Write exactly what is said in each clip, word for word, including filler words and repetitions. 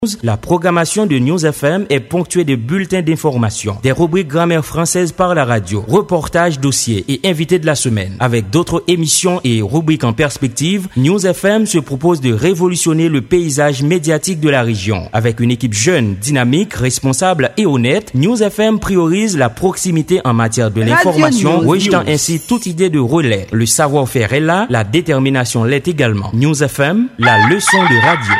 La programmation de News F M est ponctuée de bulletins d'information, des rubriques grammaire française par la radio, reportages, dossiers et invités de la semaine. Avec d'autres émissions et rubriques en perspective, News F M se propose de révolutionner le paysage médiatique de la région. Avec une équipe jeune, dynamique, responsable et honnête, News F M priorise la proximité en matière de l'information, rejetant ainsi toute idée de relais. Le savoir-faire est là, la détermination l'est également. News F M, la leçon de radio.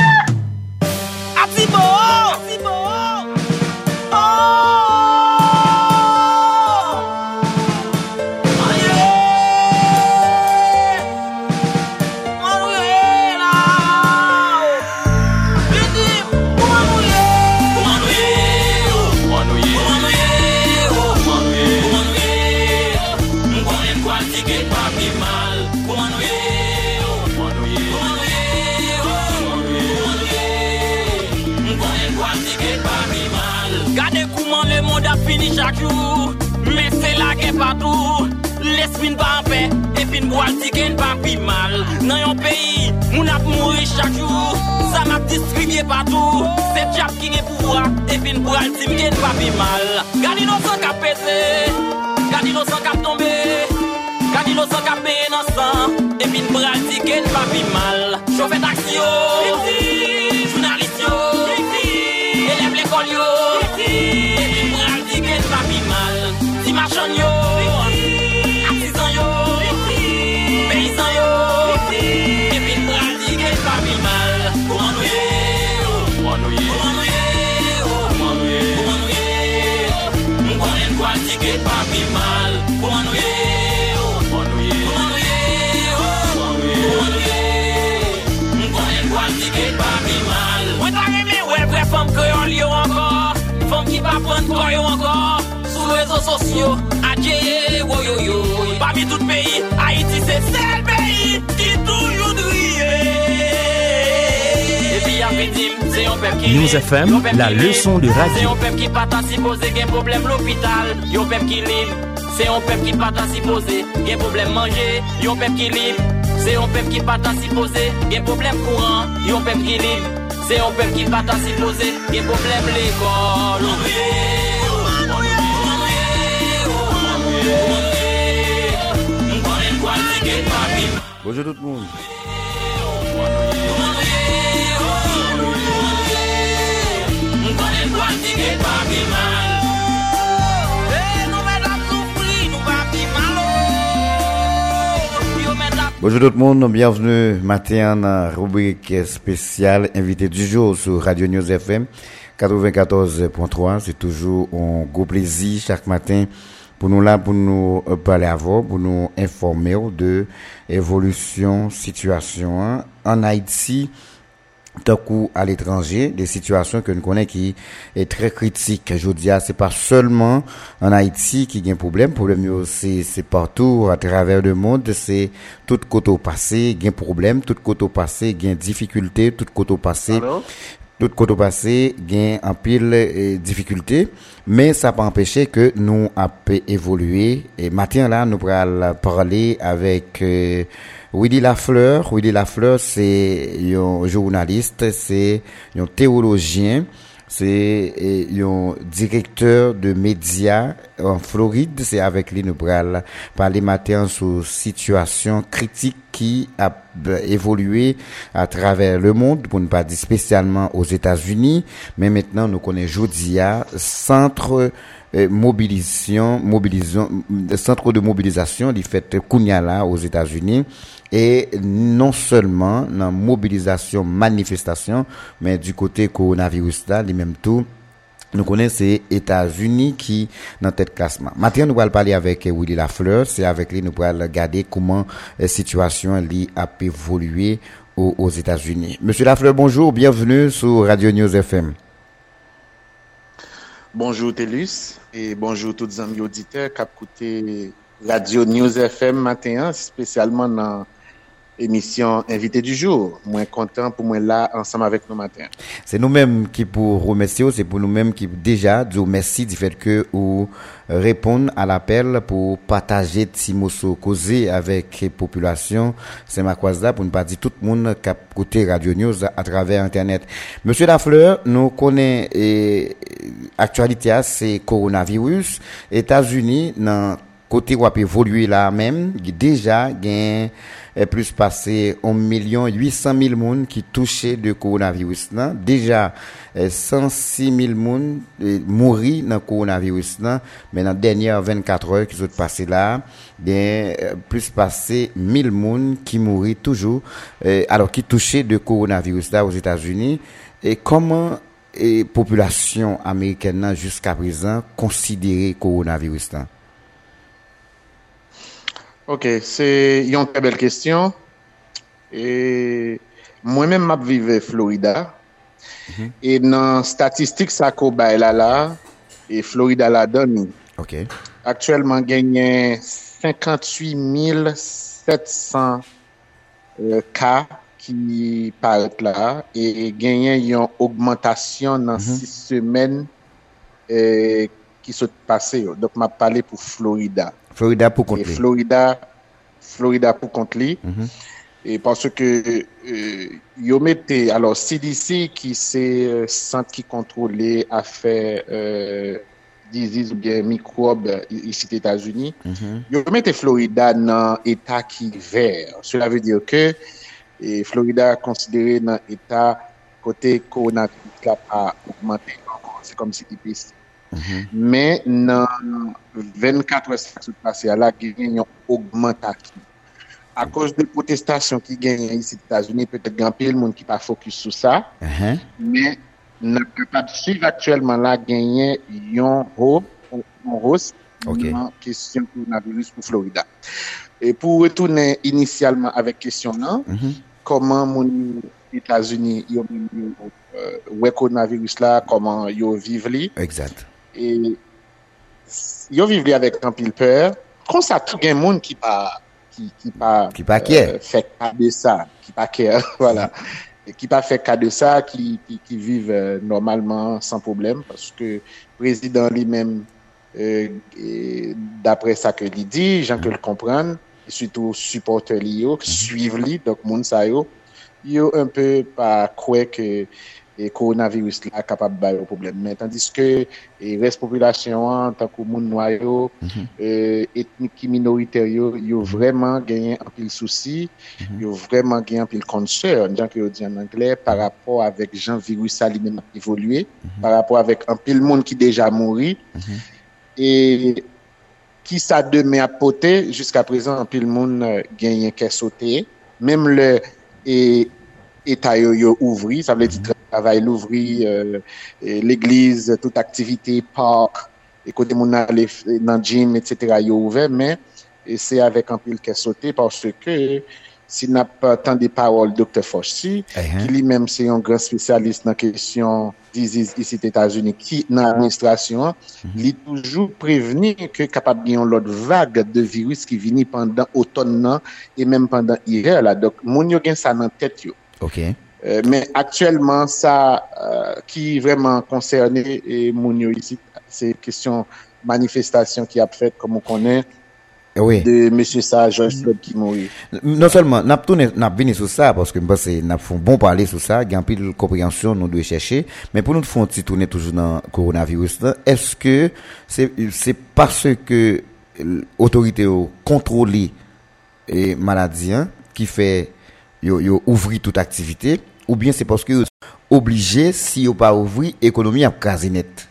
Chaque jour, mais c'est la guerre partout. Laisse-moi pas en paix, et puis boire le ticket pas plus mal. Dans un pays, mon a mourir chaque jour. Ça m'a distribué partout. C'est Diable qui est pouvoir, et puis boire le ticket pas plus mal. Garde innocent qui a pété, garde innocent qui a tombé, garde innocent qui a payé dans sang, et puis boire le ticket pas plus mal. Chauffeur taxi, journaliste, élève l'école, marchand yo, artisan yo, paysan yo, et puis bral digue pas mi mal. Comment nous y, comment nous y, comment nous y, comment nous y, comment nous y, on connaît quoi digue pas mi mal. Comment nous y, comment nous y, comment nous y, comment nous y, on connaît quoi digue pas mi mal. Ouais t'as aimé ouais vraie femme créole yo encore, femme qui va prendre quoi yo encore. Réseaux sociaux, adjeye, wo yo yo. Parmi tout pays, Haïti c'est seul pays qui toujours brille. Et puis après dim, c'est un peuple qui News F M, la leçon de radio. C'est un peuple qui pas s'y poser, gain problème l'hôpital. Yon peuple qui libre. C'est un peuple qui pas s'y poser, gain problème manger. Yon peuple qui libre. C'est un peuple qui pas s'y poser, gain problème courant. Yon peuple qui libre. C'est un peuple qui pas s'y poser, gain problème l'école. Bonjour tout le monde. Bonjour tout le monde, bienvenue matin dans la rubrique spéciale invité du jour sur Radio News F M quatre-vingt-quatorze point trois. C'est toujours un gros plaisir chaque matin pour nous là, pour nous parler avant, pour nous informer de l'évolution, situation en Haïti, tant qu'à l'étranger, des situations que nous connaissons qui est très critiques. Je dis, c'est pas seulement en Haïti qui y a un problème, problème c'est, c'est partout à travers le monde, c'est tout côté passé, il y a un problème, tout côté passé, il y a une difficulté, tout côté passé. Allô? Tout côté passé gain en pile eh, difficulté, mais ça pas empêcher que nous a évoluer. Et matin là nous allons parler avec euh, Willy Lafleur. Willy Lafleur c'est un journaliste, c'est un théologien, c'est un directeur de médias en Floride. C'est avec lui nous allons parler matin sur situation critique qui a évolué à travers le monde, pour ne pas dire spécialement aux États-Unis, mais maintenant nous connaissons Jodia, centre euh, mobilisation, mobilisation, centre de mobilisation, il fait Kounyala aux États-Unis, et non seulement dans mobilisation, manifestation, mais du côté coronavirus là, les mêmes tout. Nous connaissons les États-Unis qui dans tête classement. Maintenant, nous allons parler avec Willy Lafleur. C'est avec lui nous allons regarder comment la situation li a évolué aux, aux États-Unis. Monsieur Lafleur, bonjour, bienvenue sur Radio News F M. Bonjour Télus et bonjour tous les amis auditeurs qui écoutent Radio News F M matin, spécialement dans émission Invité du jour. Moins content pour moi là ensemble avec nous matin. C'est nous-mêmes qui pour remercier, c'est pour nous-mêmes qui déjà disons merci du fait que ou répondre à l'appel pour partager Timoso causer avec la population Saint-Marcoise pour ne pas dire tout le monde qui a écouté Radio News à travers internet. Monsieur Lafleur, nous connaissons et actualité c'est coronavirus, États-Unis dans côté où a évolué là même déjà gain plus passé un million huit cent mille monde qui touché de coronavirus là déjà cent six mille monde mouri dans coronavirus là mais dans dernière vingt-quatre heures qui sont passé là bien plus passé mille monde qui mouri toujours alors qui touché de coronavirus là aux États-Unis. Et comment et population américaine là jusqu'à présent considérer coronavirus là? Ok, c'est une très belle question. Et moi-même, je vivais Florida. Mm-hmm. Et dans les statistiques, ça cobaye là, là, et Florida la donne. Ok. Actuellement, il y a cinquante-huit mille sept cents euh, cas qui paraissent là. Et il y a une augmentation dans mm-hmm. six semaines euh, qui sont passées. Donc, je vais parler pour Florida. Florida pour compte lui. Florida, Florida pour compte lui. Mm-hmm. Et parce que euh, yo mettez alors C D C qui c'est euh, centre qui contrôle affaires euh, disease ou bien microbes ici aux États-Unis. Mm-hmm. Yo mettez Florida dans état qui vert. Cela veut dire que et Florida considéré dans état côté coronavirus là a augmenté encore. C'est comme si il pèse. Mm-hmm. Mais dans vingt-quatre heures qui sont passées, là, il y a une augmentation. À cause des protestations qui gagnent ici aux États-Unis, peut-être qu'il y a un peu de monde qui pas focus sur ça. Uh-huh. Mais on peut pas suivre actuellement là, gagner une hausse okay. dans la question coronavirus pour Florida. Et pour retourner initialement avec la question là, mm-hmm. comment les États-Unis ont le coronavirus là, comment ils vivent li. Exact. Et yo vivent avec un pile peur comme ça tout un monde qui pas qui qui pas qui pas euh, fait cas de ça qui pas care voilà et qui pas fait cas de ça qui qui, qui vivent euh, normalement sans problème parce que président lui-même euh, d'après ça que il dit gens que le comprennent et surtout supporters li yo suivent li donc monde ça yo yo un peu pas croire que et coronavirus là capable de au problème mais tandis que et reste population en tant que monde noir yo mm-hmm. euh, ethnique minoritaire yo yo vraiment gagné un pile souci mm-hmm. yo vraiment gagné un pile concern gens que yo dit en anglais par rapport avec Jean virus a lui-même évolué mm-hmm. par rapport avec un pile monde qui déjà mouri mm-hmm. et qui ça demain à porter jusqu'à présent un pile monde gagné qu'est sauté même le et État yo, yo ouvri, ça veut dire mm-hmm. travail l'ouvri, euh, l'église, toute activité, parc, et côté mon aller dans gym, et cetera yo ouvert, mais et c'est avec un pile qui est sauté parce que s'il n'a pas tant de paroles docteur Fauci, uh-huh. qui lui-même c'est un grand spécialiste dans la question disease ici aux États-Unis, qui dans l'administration, mm-hmm. il est toujours prévenu que capable d'y avoir l'autre vague de virus qui vient pendant automne et même pendant hiver là. Donc mon yo gen ça dans tête yo. OK. Euh, mais actuellement, ça euh, qui vraiment concerné et Mounio ici, c'est question manifestation qui a fait, comme on connaît, oui. de Monsieur Sa, George Floyd qui mourit. Non seulement, n'a tourné, n'a venu sur ça, parce que moi, c'est, n'a fait bon parler sur ça, il y a un peu de compréhension, nous devons chercher, mais pour nous faire un petit tourner toujours dans le coronavirus, là, est-ce que c'est, c'est parce que l'autorité contrôle les maladies, hein, qui fait, yo, yo ouvrir toute activité, ou bien c'est parce que obligé, si yo pas ouvrir, l'économie a casé net?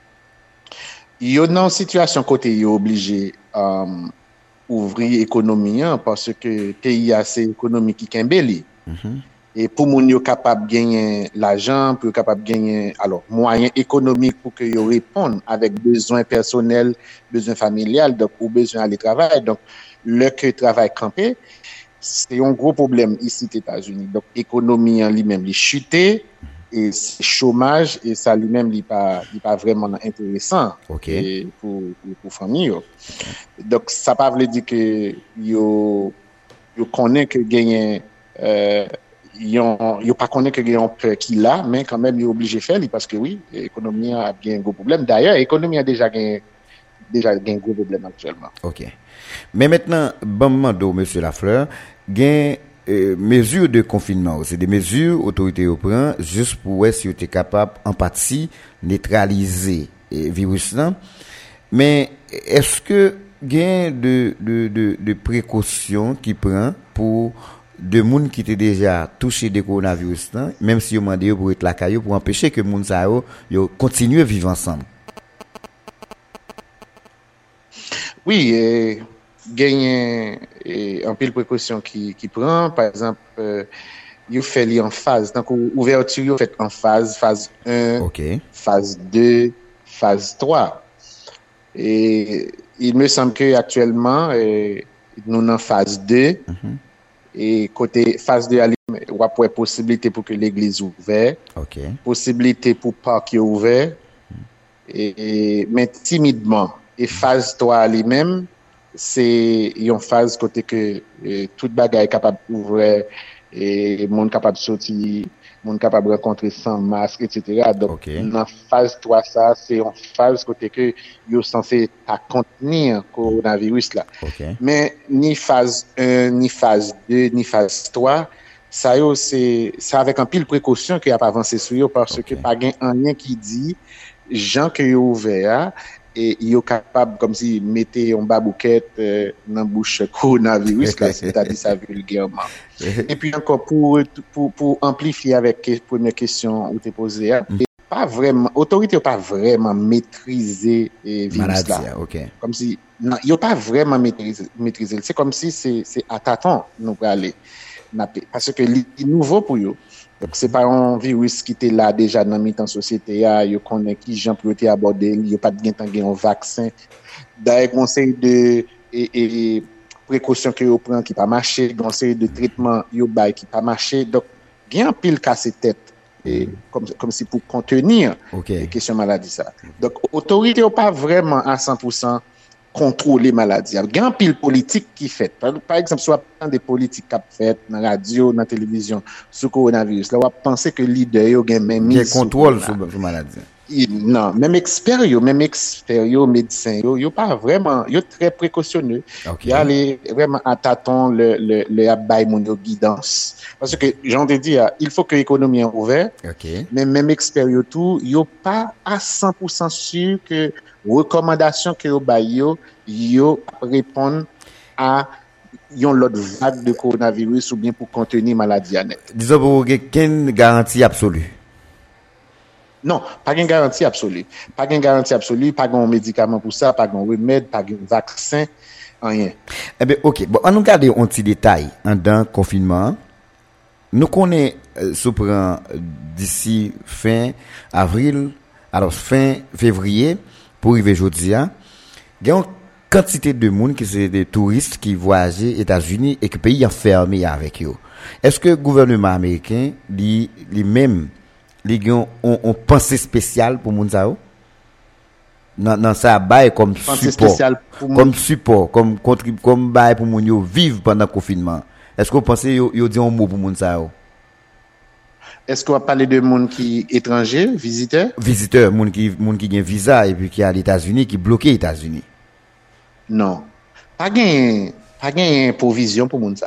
Yo dans situation côté yo obligé, um, ouvrir l'économie, hein, parce que pays a c'est économie qui kembeli. Mm-hmm. Et pour moun yo capable gagner l'argent, pour capable gagner alors moyens économiques pour que yo répondent avec besoins personnels, besoins familiales, donc ou besoin aller travailler. Donc le que travail campé, c'est un gros problème ici aux États-Unis. Donc économie en lui-même li chuté et c'est chômage et ça lui-même li pas li pas vraiment intéressant okay. pour pour, pour famille. Okay. Donc ça pas veut dire que yo yo connaît que gagner euh yon yo pas connaît que gagne peur qu'il a, mais quand même il est obligé de faire parce que oui, l'économie a bien un gros problème. D'ailleurs, l'économie a déjà gagné déjà un gros problème actuellement. OK. Mais maintenant, bon mando monsieur Lafleur, gain euh, mesures de confinement, c'est des mesures autorité au prend juste pour être si tu es capable en partie neutraliser le virus là. Mais est-ce que gain de de de de précautions qui prend pour de monde qui était déjà touché de coronavirus là, même si on demandé pour être la caillou pour empêcher que monde ça yo continue à vivre ensemble? Oui, euh, gagner en pile précaution qui qui prend par exemple euh, il fait li en phase donc ouverture yo fait en phase phase un, OK, phase deux, phase trois. Et il me semble que actuellement euh, nous en phase deux. Mm-hmm. Et côté phase deux, il y a possibilité pour que l'église ouverte, okay, possibilité pour parc ouvert, et, et mais timidement. Et phase trois lui-même, c'est une phase côté que euh, toute bagaille est capable d'ouvrir, et monde capable de sortir, monde capable de rencontrer sans masque, et cetera. Donc, okay, dans phase trois, ça, c'est une phase côté que you're censé à contenir coronavirus là. Okay. Mais ni phase un, ni phase deux, ni phase trois, ça yo, c'est, c'est avec un pile précaution qu'il y a pas avancé sur yo parce okay, que pas gain rien qui dit, gens que yo ouvert, et yo capable comme si mettez un babouquette euh, dans bouche coronavirus là, c'est-à-dire ça vulgairement. Et puis encore pour pour pour amplifier avec la première question où tu es posé, hein, mm. pas vraiment autorité pas vraiment maîtriser le virus là. Okay. Comme si non, yo pas vraiment maîtriser maîtriser, c'est comme si c'est c'est à tâtons nous aller parce que c'est nouveau pour eux. Donc c'est pas un virus qui était là déjà dans mi-temps société a, yo connaît qui gens pour être abordé, il y a pas de gain temps gain un vaccin. D'ailleurs conseil de et, et précaution que yo prend qui pas marcher, conseil de traitement yo bail qui pas marcher. Donc gain pile casser tête et comme comme si pour contenir okay, les questions maladie ça. Donc autorité pas vraiment à cent pour cent contrôler maladie. Il y a un pile politique qui fait. Par, par exemple, soit des politiques qui fait dans la radio, dans la télévision sur le coronavirus. Là, on va penser que le leader yo gen même mise contrôle sur la maladie. Il, non, même expert yo, même expert yo, médecin yo, yo pas vraiment, yo très précautionneux. Okay. Il allait vraiment à tâtons le le le abay mon yo guidance. Parce que j'en ai dit, il faut que l'économie est ouverte. Okay. Mais même expert yo tout, yo pas à cent pour cent sûr que recommandation que yo bay yo, yo répondent à yon l'autre vague de coronavirus ou bien pour contenir maladie à net. Disons pour aucune garantie absolue. Non, pas de garantie absolue. Pas de garantie absolue, pas de médicament pour ça, pas de remède, pas de vaccin, rien. Eh bien, ok. Bon, on nous garde un petit détail en dans confinement. Nous connaissons, euh, surprend d'ici fin avril, alors fin février, pour arriver aujourd'hui, il y a une quantité de monde qui sont des touristes qui voyagent aux États-Unis et que le pays est fermé avec eux. Est-ce que le gouvernement américain, lui, lui-même, les gens ont une pensée spéciale pour Mounzao? Non, non, ça bail comme support, comme support, comme contrib, comme bail pour moun yo vivre pendant le confinement. Est-ce que vous pensez yo yo dit un mot pour Mounzao? Est-ce qu'on va parler de monde qui étranger, visiteur? Visiteur, monde qui monde qui a visa et puis qui est à les États-Unis, qui bloqué les États-Unis. Non, pas gain, pas gain provision pour Mounzao.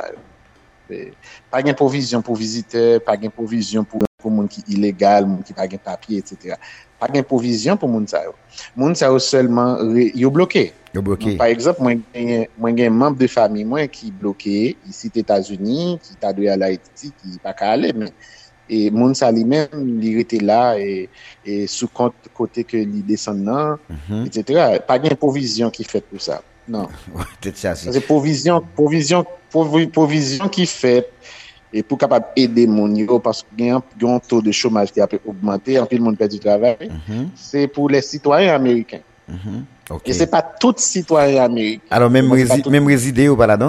Pas gain provision pour visiteur, pas gain provision pour pour monde qui illégal, monde qui pas gain papier, et cetera. Pas gain provision pour monde ça. Monde ça seulement yo bloqué. Yo bloqué. Donc, par exemple, moi gain moi gain membre de famille moi qui bloqué ici aux États-Unis, qui t'a dû aller à Haïti, qui pas qu'à aller mais et monde ça lui-même il était là et et sous compte côté que il descendant, mm-hmm, et cetera. Pas gain provision qui fait pour ça. Non. Peut-être ça. C'est provision provision provision qui fait et pour capable aider mon niveau parce qu'il y a un taux de chômage qui a augmenté, en plus le monde perd du travail, mm-hmm, c'est pour les citoyens américains. Mm-hmm. Okay. Et c'est pas tous citoyens américains. Alors même rési- tout... même résider ou pas là-dedans?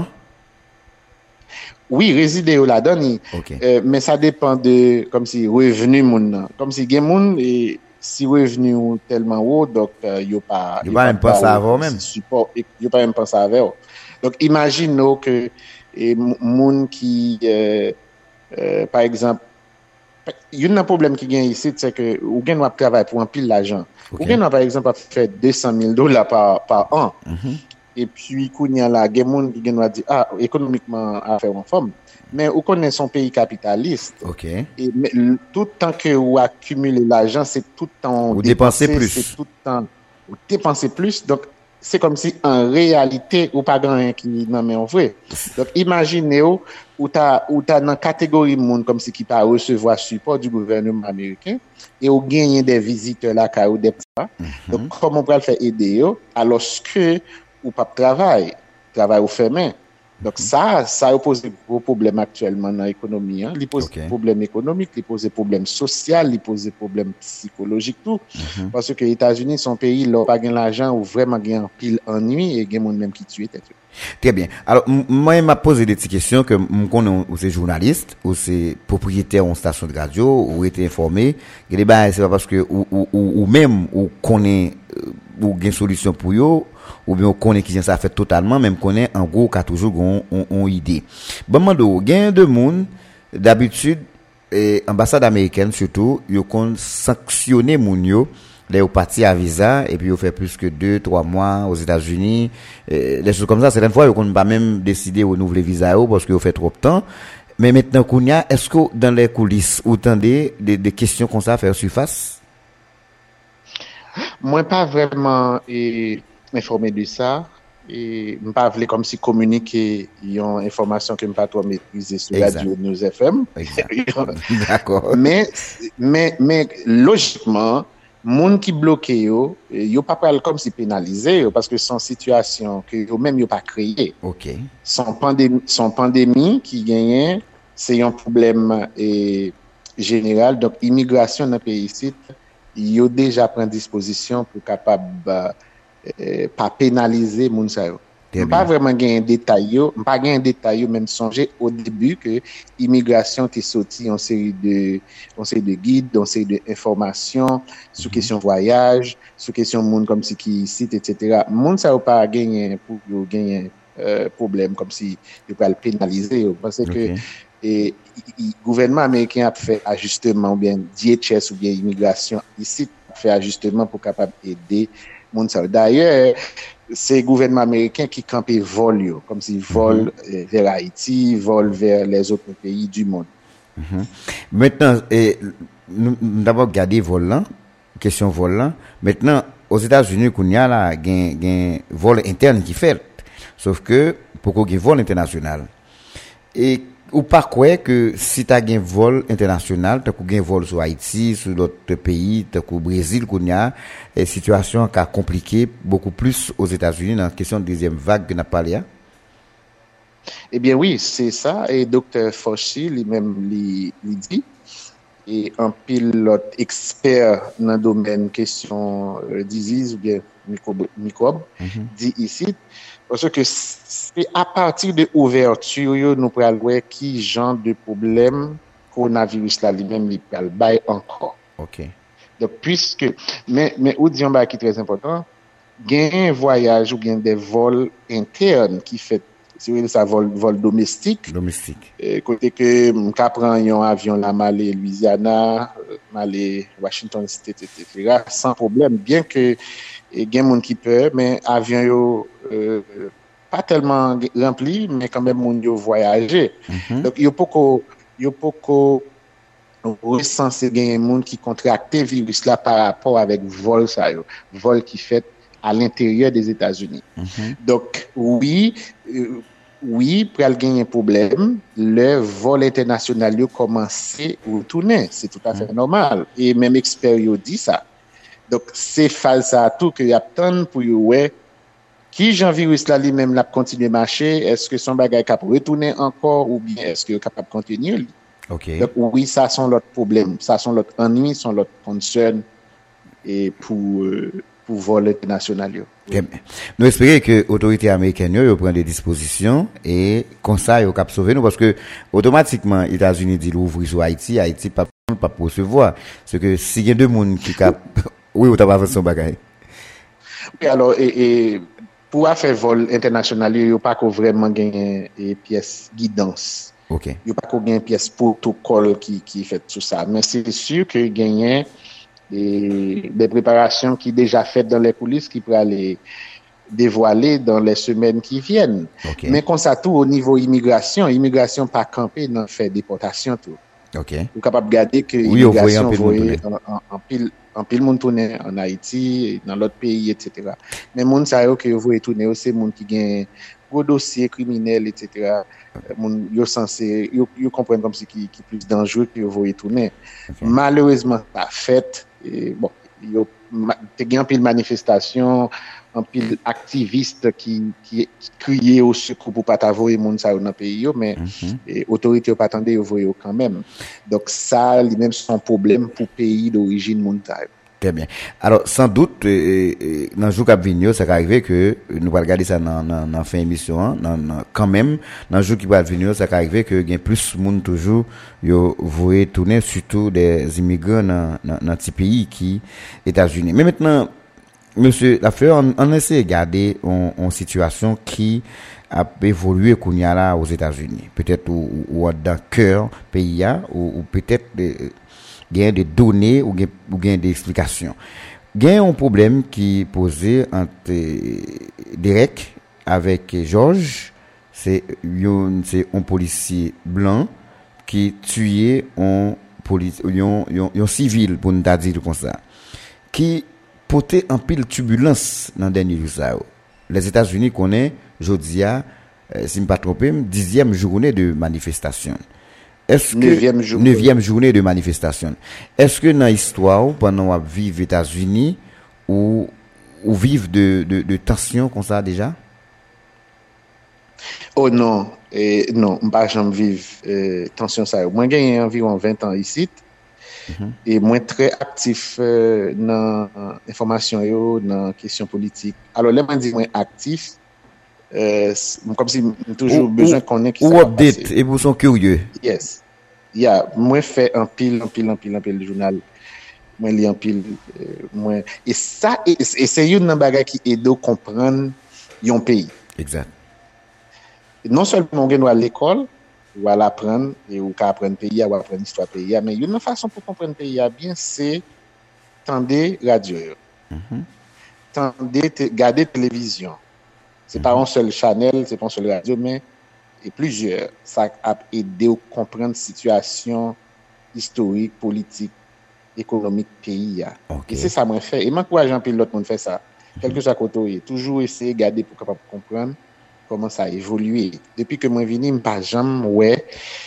Oui, résider ou là-dedans, okay, euh, mais ça dépend de comme si revenu mon comme si gen moun et si revenu ou tellement haut donc euh, yo pas yo pas même penser avant même support yo pas même penser avant. Donc imaginons que et moun qui euh, euh, par exemple il y a un problème qui vient ici, c'est que ou bien on travaille pour un pile l'argent. Okay. Ou bien on par exemple fait deux cent mille dollars par par an. Mm-hmm. Et puis qu'on y a là des monde qui vient dire ah économiquement affaire en forme. Mais on connaît son pays capitaliste. OK. Et mais, tout le temps que vous accumulez l'argent, c'est tout le temps vous dépensez plus. C'est tout le temps vous dépensez plus. Donc c'est comme si en réalité ou pas grand qui non mais en vrai. Donc imaginez où ou t'as ou t'as dans catégorie monde comme si qui pas recevoir support du gouvernement américain et ou gagner des visiteurs là car ou des mm-hmm. Donc comment on peut le faire aider eux alors que ou pas travail, travail au fait main. Donc mm-hmm. ça ça pose des gros problèmes actuellement dans l'économie hein, il pose okay. des problèmes économiques, il pose des problèmes sociaux, il pose des problèmes psychologiques tout mm-hmm. parce que les États-Unis sont pays là pas gain l'argent ou vraiment gain pile ennui et gain monde même qui tue tête. Très bien. Alors moi il m'a posé des petites questions que me connais ou c'est journaliste ou c'est propriétaire en station de radio ou était informé, et ben c'est pas parce que ou ou, ou même ou connaît ou gain solution pour yo ou bien on connaît qui ça fait totalement même connaît en gros qu'a toujours on, on, on idée. Bon mando gain de monde d'habitude eh, ambassade américaine surtout yo kon sanctionner moun yo les au parti à visa et puis on fait plus que deux trois mois aux États-Unis eh, les choses comme ça certaines fois on ne pas même décider renouveler visa parce que on fait trop de temps. Mais maintenant kounya est-ce que dans les coulisses ou tendez des, des questions comme ça faire surface? Moi pas vraiment et informé de ça et me pas comme si communiquer yon information que me pas trop maîtriser sur Radio News F M. D'accord. mais mais mais logiquement moun qui bloqué yo yo pas pral comme si pénalisé yo parce que son situation que yo même yo pas créé. OK. Son pandémie son pandémie qui gagne c'est un problème et général donc immigration dans pays ici yo déjà prend disposition pour capable euh, pas pénaliser moun sa yo. Pas vraiment gagner détail yo, pas gagner détail yo même songer au début que immigration t'est sorti en série de en série de guides, en série de informations sur question voyage, sur question monde comme si qui site et cetera. Moun sa yo pas gagner pour gagner euh, problème comme si yo pas le pénaliser yo parce okay. que et le gouvernement américain a fait ajustement ou bien D H S ou bien immigration ici a fait ajustement pour capable aider monde ça. D'ailleurs c'est le gouvernement américain qui campe vol yo, comme s'il vole mm-hmm. vers Haïti, vole vers les autres pays du monde. Mm-hmm. Maintenant et nous d'abord garder vol là, question vol là. Maintenant aux États-Unis qu'on y a là gain gain vol interne qui fait. Sauf que pour qu'on ait vol international. Et ou pas quoi que si tu as un vol international, tu as un vol sur Haïti, sur d'autres pays, tu as au Brésil, qu'on y a une situation qui a compliqué beaucoup plus aux États-Unis dans la question de deuxième vague que n'a pas là. Eh bien oui, c'est ça et docteur Fauci lui-même lui dit et un pilote expert dans le domaine question euh, disease ou bien microbe, microbe mm-hmm. dit ici parce que c'est à partir de ouverture nous pourrons voir qui genre de problème coronavirus là lui-même il peut bailler encore. OK. Donc puisque mais mais ou disons bah qui est très important, gain un voyage ou bien des vols internes qui fait c'est ça vol vol domestique domestique et côté que m'ka prend un avion la Malé Louisiana Malé Washington State et cetera sans problème bien que et gen moun qui peut mais avion yo euh, pas tellement rempli mais quand même moun yo voyager mm-hmm. donc yo poko yo poko recenser gen moun qui contracté virus là par rapport avec vol ça yo vol qui fait à l'intérieur des États-Unis. Mm-hmm. Donc oui euh, oui pour gagner un problème le vol international yo commencé ou retourner c'est tout à fait mm-hmm. normal et même expert yo dit ça. Donc c'est face à tout que y a tant pour yo ouais qui Jean virus là lui-même l'a continuer marcher est-ce que son bagage capable retourner encore ou bien est-ce que est capable continuer. OK. Donc oui ça sont l'autre problème, ça sont l'autre ennui, sont l'autre concern et pour euh, pour vol international yo. Okay. Nous espérons que autorités américaines yo prennent des dispositions et comme ça yo cap sauver nous parce que automatiquement États-Unis dit l'ouvrir sur Haïti, Haïti pas pas recevoir. C'est que s'il y a deux monde qui cap oui ou t'as pas fait son bagage. Oui alors et, et pour faire vol international, il n'y a pas qu'on vraiment gagné des pièces guidance. OK. Il n'y a pas qu'on gagne pièces protocole qui qui fait tout ça, mais c'est sûr que gagné des des préparations qui déjà faites dans les coulisses qui pourraient aller dévoiler dans les semaines qui viennent. Okay. Mais comme ça tout au niveau immigration, immigration pas camper dans fait déportation tout. OK. Vous capable de garder que oui, l'immigration voyez en, en, en pile en pile monde tourner en Haïti, dans l'autre pays, et cetera. Mais monde ça yo que vous voyez tourner c'est monde qui gagne gros dossier criminel, et cetera. Monde yo censé yo, yo comprendre comme si qui qui plus dangereux que vous voyez tourner. Okay. Malheureusement pas fait et bon yo te gagne pile manifestation, un pile activiste qui qui, qui criait au secours pour pas t'avoyer monde ça dans le pays yo, mais mm-hmm. et autorité pas attendé yo voyer quand même. Donc ça lui même son problème pour pays d'origine monde ça. Très bien. Alors sans doute euh, euh, dans jour cap venir ça va arriver que euh, nous va regarder ça dans dans dans fin émission hein, dans, dans, quand même dans jour qui va venir ça va arriver que gain plus monde toujours yo voyer tourner surtout des immigrants dans dans dans petit pays qui États-Unis. Mais maintenant monsieur Lafleur on, on essaie de garder en, en situation qui a évolué qu'on y a là aux États-Unis. Peut-être ou, ou, ou dans cœur pays ou, ou peut-être euh, gain des données ou gain ou gain des explications. Gain un problème qui posé entre euh, Derek avec George, c'est un c'est un policier blanc qui tué un police un, un, un civil pour nous dire comme ça. Qui portait en pile turbulence dans dernier jour. Les États-Unis connaissent jodia euh, si me pas trompé dixième journée de manifestation. Est-ce que neuvième journée. neuvième journée de manifestation. Est-ce que dans l'histoire pendant on vivre aux États-Unis ou ou vivre de de de tension comme ça déjà? Oh non, et non, pas jamais vivre euh, tension ça. Moi j'ai environ vingt ans ici. Mm-hmm. Et moi très actif euh, dans information yo dans question politique. Alors là moi dit moi actif euh, comme si toujours ou, besoin connaître qui ça ou update et vous sont curieux. Yes. Yeah, moi fait un pile un pile un pile un pile journal. Moi lis un pile euh, moi et ça et, et c'est une bagage qui aide à comprendre un pays. Exact. Non seulement on doit à l'école ou à l'apprendre et ou qu'à apprendre pays ou apprendre histoire pays mais une façon pour comprendre pays bien c'est tendre radio mm-hmm. tendre regarder télévision c'est mm-hmm. pas un seul channel c'est pas un seul radio mais et plusieurs ça a aidé à comprendre situation historique politique économique pays okay. Et c'est ça moi fait et m'encourage un peu l'autre monde faire ça mm-hmm. quelque soit côté toujours essayer garder pour capable comprendre comment ça a évolué. Depuis que moi venu, je pas jamais ouais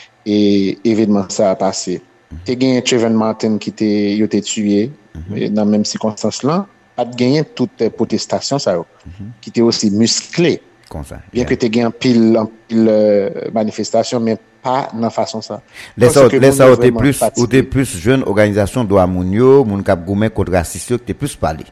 et événement ça a passé. Tu as gagné Trayvon Martin qui était il était tué mm-hmm. dans même circonstance là, pas de gagner toute protestation ça mm-hmm. qui était aussi musclé. Comme ça. Bien yeah. que tu aies gagné pile en pile euh, manifestation mais pas dans façon ça. Les autres les autres plus ou des plus jeune organisation droit mounio, moun k'ap goumen contre racisme, tu plus parlé.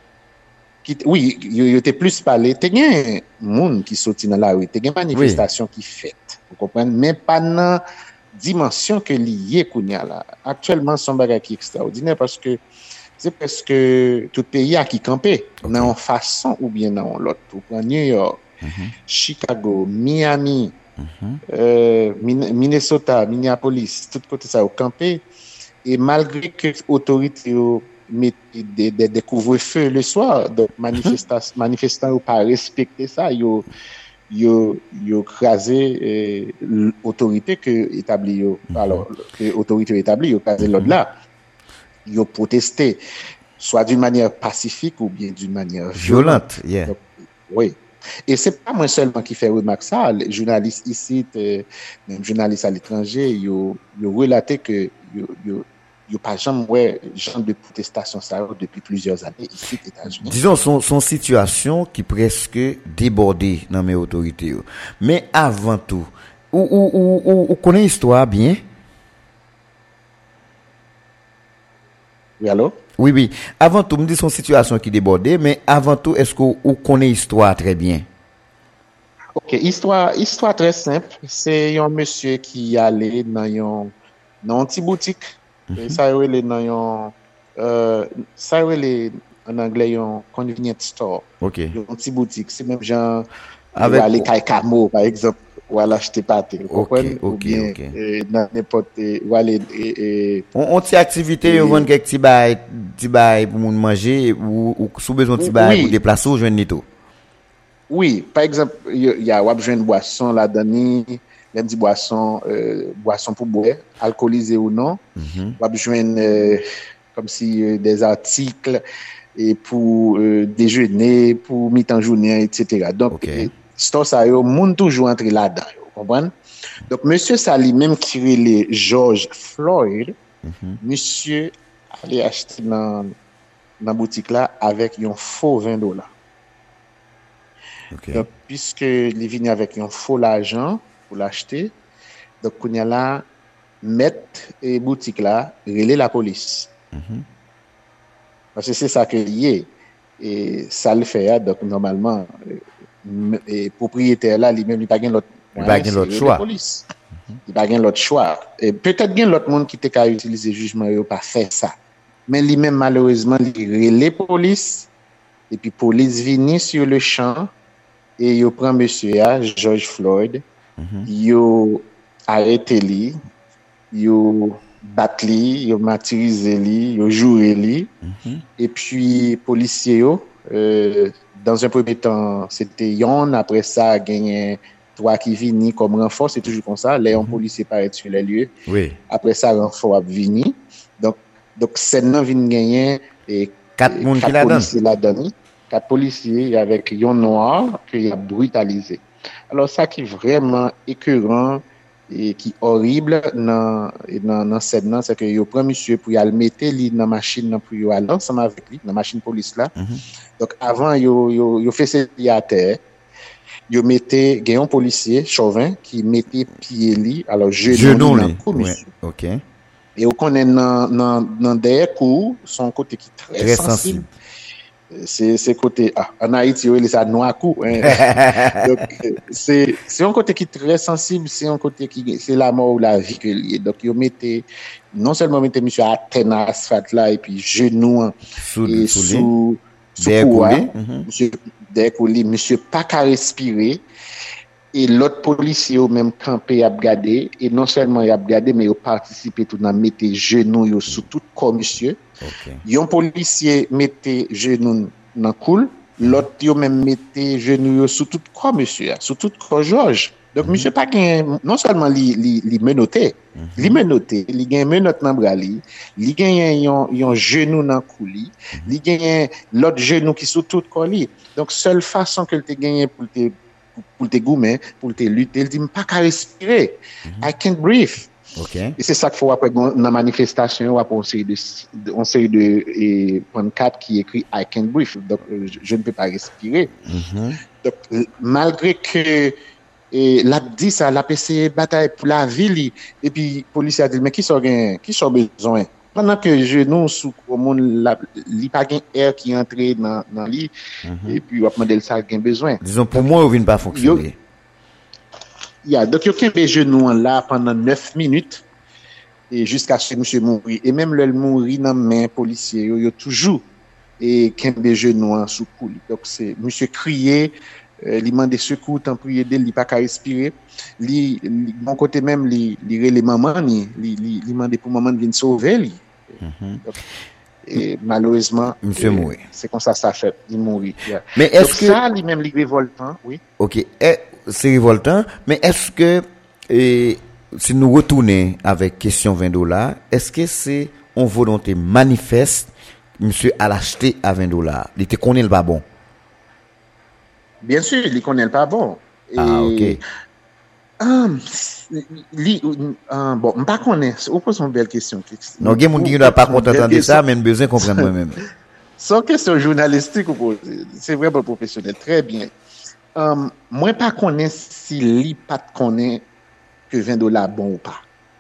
Qui, oui, il était plus parlé. Il y a des gens qui sortent dans la rue, il y a des manifestations oui. qui fêtent, vous comprenez, mais pas dans la dimension que liée qu'on y a là. Actuellement, c'est un bagage qui est extraordinaire parce que c'est parce que tout pays a qui campé, okay. dans une façon ou bien dans l'autre. Vous prenez New York, mm-hmm. Chicago, Miami, mm-hmm. euh, Minnesota, Minneapolis, tout côté ça, au campé. Et malgré que l'autorité mettre des, des, des couvre-feux le soir, donc manifestants mm-hmm. manifestants pas respecter ça, yo yo yo crasé euh, l'autorité que établi yo mm-hmm. alors que autorité établie yo crasé mm-hmm. l'autre là, yo protesté soit d'une manière pacifique ou bien d'une manière violente, violente. Yeah. Donc, oui. Et c'est pas moi seulement qui fait remarque ça, les journalistes ici, euh, même journalistes à l'étranger, yo yo relaté que yo yo il n'y a pas jamais ouais, genre de protestation ça depuis plusieurs années ici aux États-Unis. Disons son son situation qui presque débordée dans mes autorités. Mais avant tout, ou ou ou ou, ou connaît l'histoire bien? Oui, allô? Oui oui, avant tout me dit son situation qui débordée, mais avant tout est-ce que vous connaît l'histoire très bien? OK, histoire histoire très simple, c'est un monsieur qui allait dans un dans une petite boutique. Mm-hmm. Ça relè dans yon euh ça relè en anglais, un convenience store. OK. Une petite boutique. C'est même genre, Avec- aller Kaikamo, par exemple, ou aller acheter pâté. vous Ok, comprenez? Ou ok, bien, ok. euh, dans n'importe, euh, ou aller, euh, euh, On on ti activité yo vendre quelques petits bail petits bail pour moun manger ou ou sous besoin de petits bail Oui. pour déplacer ou joindre nito. oui, par exemple, il y a- il y a wap jwen boisson la dani, l'aime dit boisson, euh, boisson pour boire, alcoolisé ou non. Mhm. Wap jwen euh, comme si euh, des articles et pour euh, déjeuner, pour mi-temps journée, et cetera. Donc, Ok. euh, store ça yo, moun toujours entre là-dedans, vous comprenez? Donc, monsieur Sali, même qui relait George Floyd, monsieur allait acheter dans dans boutique là avec un faux vingt dollars. OK. Donc, puisque il vient avec un faux l'argent pour l'acheter, donc, qu'on y a là, mettre et boutique là, relais la police. Parce que c'est ça que lié. Et ça le fait, hein, donc, normalement, euh, m- et propriétaire là, lui-même, il n'a pas l'autre Il pas gain l'autre choix. police. Il n'a pas l'autre choix. Et peut-être bien l'autre monde qui était qu'à utiliser jugement, il n'a pas fait ça. Mais lui-même, malheureusement, il relais police, et puis police vient sur le champ, et il prend monsieur A, George Floyd, il arrête lui, il bat lui, il martyrise lui, il joue lui, et puis policier yo, euh, dans un premier temps, c'était yon, après ça, gagné trois qui viennent comme renfort, c'est toujours comme ça, les mm policiers paraissent sur les lieux, Oui. après ça, renfort a vini, donc, donc, c'est non vient gagner, et Quatre et moun qui quatre la donne. policiers la donne. Quatre policiers avec un noir qui a brutalisé. Alors ça qui est vraiment écœurant et qui est horrible dans dans dans cette nan, c'est que yo prend monsieur pour y aller mettre lui dans machine nan pour y aller ensemble avec lui dans machine police là. Donc avant yo yo yo fait ses pieds à terre. Yo mettait un policier Chauvin qui mettait pied lui alors genou Genou dans li. cou, Ouais. monsieur. OK. Et on connaît dans dans dans derrière cou son côté qui est très, Très sensible. sensible. C'est c'est côté ah, en Haïti il ça noir cou hein. Donc euh, c'est c'est un côté qui est très sensible, c'est un côté qui c'est la mort ou la vie que lié. Donc ils mettez non seulement mettez monsieur à terre dans l'asphalte là et puis genou hein, Sous et sous lui. sous sous Derrière cou, coulé. hein. Mhm. Monsieur derrière coulé, monsieur pas qu'à respirer et l'autre policier au même campé a regardé et non seulement il a regardé mais il a participé tout dans mettre genoux yo sous tout corps monsieur. OK. Yon policier mettait genou dans coule, l'autre yo même mettait genou yo sous tout corps monsieur, sous tout corps Georges. Donc monsieur pas gen non seulement li li li menotté, li menotté, li gen menotte dans bras li, li gen yon yon genou dans cou li, li gen l'autre genou qui sous tout corps li. Donc seule façon que te gagner pour te pour te goumer, pour te lutter, il dit pas qu'à respirer. I can't breathe. OK. Et c'est ça qu'il faut après dans la manifestation, après on série de, de on série de et pancarte qui écrit I can't breathe, donc euh, je, je ne peux pas respirer. Donc euh, malgré que et l'a dit ça, l'a essayé bataille pour la ville et puis police a dit mais qui sont gain, qui sont besoin pendant que genou sous au monde la li pas gain air qui entrer dans dans lit et puis on demande ça gain besoin. Disons pour moi, il vient pas fonctionner. Yeah, donc il y a un genou là pendant neuf minutes et jusqu'à ce que monsieur mourir et même le mourir dans main policier il y a toujours et qu'un genou sous cou. Donc c'est monsieur crier euh, il demande secours tant prier d'elle il pas qu'à respirer li li- mon côté même li li les maman li li li demande pour maman de venir sauver lui. Donc, et malheureusement Monsieur euh, mourir. c'est comme ça ça fait il mourit. Yeah. Mais Donc est-ce que ça lui même li révoltant, oui. OK, eh, c'est révoltant, mais est-ce que eh, si nous retournons avec question vingt dollars, est-ce que c'est une volonté manifeste monsieur à l'acheter à vingt dollars? Il était connaît le pas bon. Bien sûr, il connaît pas bon. Et, Ah, OK. Ah, li, ah, bon, je ne connais pas. Vous posez une belle question. Non, il y a des gens qui ne doivent pas entendre ça, mais besoin de comprendre moi-même. Sans question journalistique, c'est vraiment professionnel. Très bien. Um, moi, pas connais si li pas connaît que vingt dollars bon ou pas.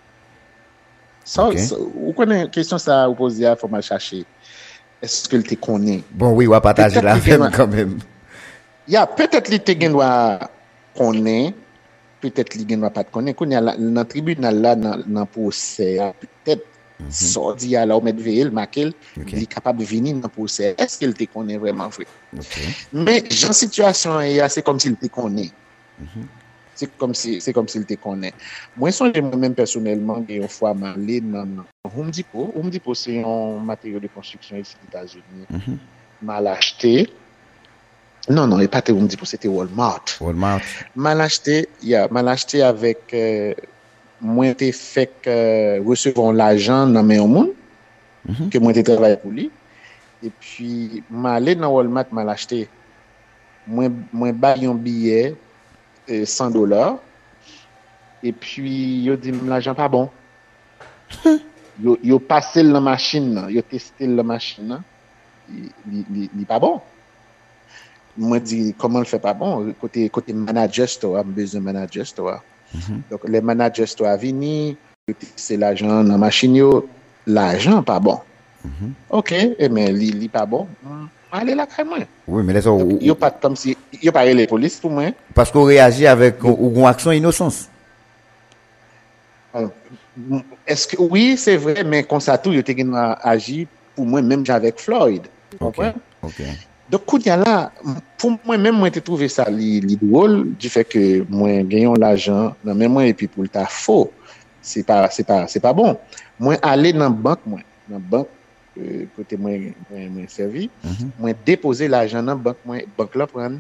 Ça, Ok. ça, vous connaissez question ça, vous posez, il faut mal chercher. Est-ce que te connaît? Bon, oui, on va partager Peut-être la qu'il y a- même quand même. Il y a peut-être li te gen doit connaît, peut-être li gen doit pas connaît. Qu'on y a la- dans tribunal là dans dans procès, peut-être So dit à la ou mettre veille, maquel, Ok. il est capable de venir dans le procès. Est-ce qu'il te connaît vraiment vrai? OK. Mais dans situation est c'est comme s'il te connaît. C'est comme si c'est comme s'il te connaît. Moi songe moi-même personnellement une fois m'aller dans Home Depot, Home Depot c'est un matériau de construction ici aux États-Unis. Mhm. Mal acheté. Non non, et pas Home Depot, c'était Walmart. Walmart. Mal acheté, yeah, mal acheté avec euh, moi t'ai fait euh, recevoir l'argent dans mes monde Mhm. que moi t'ai travaillé pour lui. Et puis m'aller dans Walmart mal acheté. Moi moi bail un billet euh, cent dollars et puis yo dit l'argent pas bon. yo yo passé la machine, là, yo testé la machine, là, il il- il- il pas bon. Moi dit comment le fait pas bon côté côté manager store, besoin manager store. Donc les managers store vini, yo testé l'argent dans machine yo, l'argent pas bon. OK, et mais li li pas bon. Allez là quand même. Oui, mais là, ça, Donc, ou- yo pas comme si yo pas les police pour moi. parce qu'on réagit avec ou- une action innocence. Alors, est-ce que oui, c'est vrai, mais comme ça tout, yo te gen agi pour moi même avec Floyd. Tu OK. comprends? OK. Donc quand il y a là, pour moi même moi j'ai trouvé ça li, li drôle du fait que moi gagnons l'argent dans même moi et puis pour le ta faux. C'est pas c'est pas c'est pas bon. Moi aller dans banque moi, dans banque euh, côté moi moi, moi servi, Mhm. moi déposer l'argent dans banque moi banque là prendre.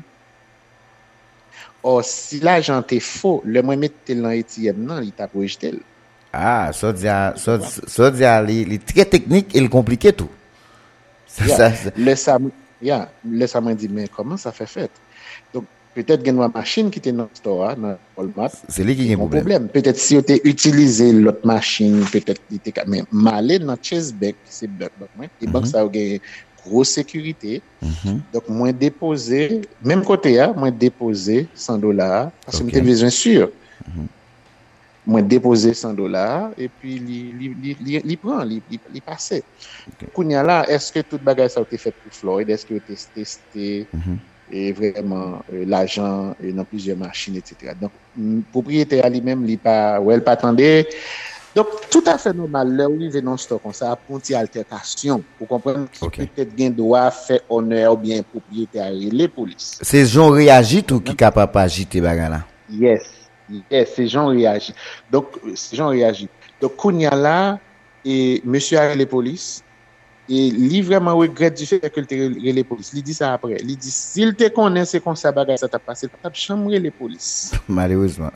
Or si l'argent est faux, le moi mettre dans A T M non, il t'a projeté. Ah, ça dit à- ça ça dit à les les très technique et le compliqué tout. Ça, Yeah. ça, ça- Le Sam, yeah, le Sam m'a dit mais comment ça fait fait? Donc peut-être qu'il y a une machine qui était dans le store, dans Walmart. c'est lui qui a un Mon problème. problème. Peut-être si on était utilisé l'autre machine, peut-être il était mais malé dans Chase Bank, c'est banque moi, et banque ça a une grosse sécurité. Mhm. Donc moi déposé même côté hein, moi déposé cent dollars parce que Ok. j'étais besoin sûr. Moi déposé cent dollars et puis li li li li, li prend, li li, li passé. Kounya là, est-ce que toute bagage ça a été fait pour Floyd? Est-ce que tu testé Mhm. et vraiment euh, l'argent et dans plusieurs machines, et cetera. Donc, le propriétaire lui-même, il pas, ouais, il pas attendait. Donc, tout à fait normal, là où il vient dans le store comme ça, pour une petite altercation, pour comprendre qui Ok. peut-être gain droit faire honneur ou bien propriétaire et les polices. C'est gens réagit ou qui capable pas agiter bagarre là. Yes, yes, ces gens réagissent. Donc, euh, ces gens réagissent. Donc, Kounia là, et monsieur a les polices, et lui vraiment regrette du fait que le les polices. Il dit ça après. Il dit, s'il te connaît, c'est comme ça, bagage, ça t'a passé, t'as chambrer les polices. Malheureusement.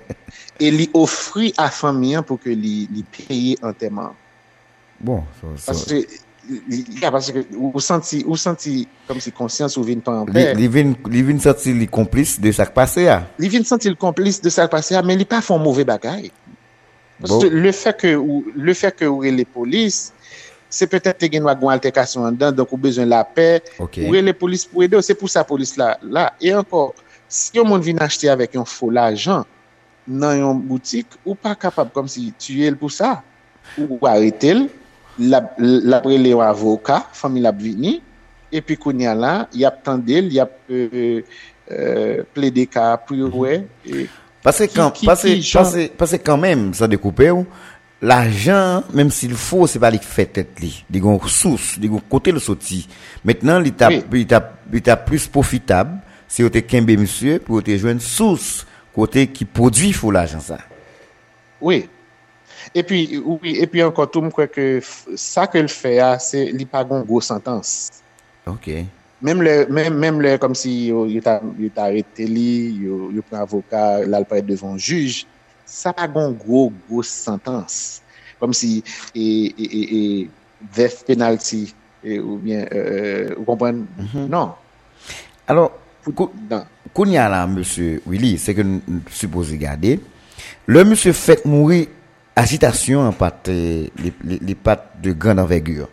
Et lui offrir à famille pour que lui, lui paye entièrement. Bon, ça, Parce ça. que, il y a parce que, vous senti, vous senti comme si conscience ou vient pas en Li, paix. li vin li vin sorti li complice de ça qui passé là. Il vient sentir le complice de ça passé, mais il pas fait un mauvais bagage. Parce Bon. que le fait que, ou, le fait que ou les polices, c'est peut-être qu'il y a une altercation en dedans, donc ou besoin de la paix. OK. Ou les polices pour aider, c'est pour ça police là, là. Et encore, si on vient acheter avec un faux l'argent dans une boutique, ou pas capable comme si tuer le pour ça, ou arrêter le, la la prélé un avocat, famille la vini, et puis qu'on y a là, il y a attendé, il y a euh, euh, plaidé cas pour ouais, et Parce que Qui- quand qui- parce que qui genre- parce que parce que quand même ça découper ou l'argent même s'il faut c'est pas lui qui fait tête li. Il y a une source, il y a un côté le sorti. Maintenant il t'a Oui. il t'a il t'a plus profitable si on te kembe monsieur pour te joindre source côté qui produit faut l'argent ça. oui. Et puis, oui, et puis encore, tout me croit que f- ça que le fait, ah, c'est, il pas une grosse sentence. OK. Même le, même, même le, comme si, yo, yo t'a, yo t'a arrêté li, yo, yo prend avocat, là, le paraît devant juge, ça pas une gros, grosse sentence. Comme si, et, et, et, et death penalty, et, ou bien, euh, vous comprenez? Non. Alors Pour- non. Kounya là, monsieur Willy, c'est que nous nous supposons garder. Le monsieur fait mourir agitation en pâte, euh, les, les, les pattes de grande envergure.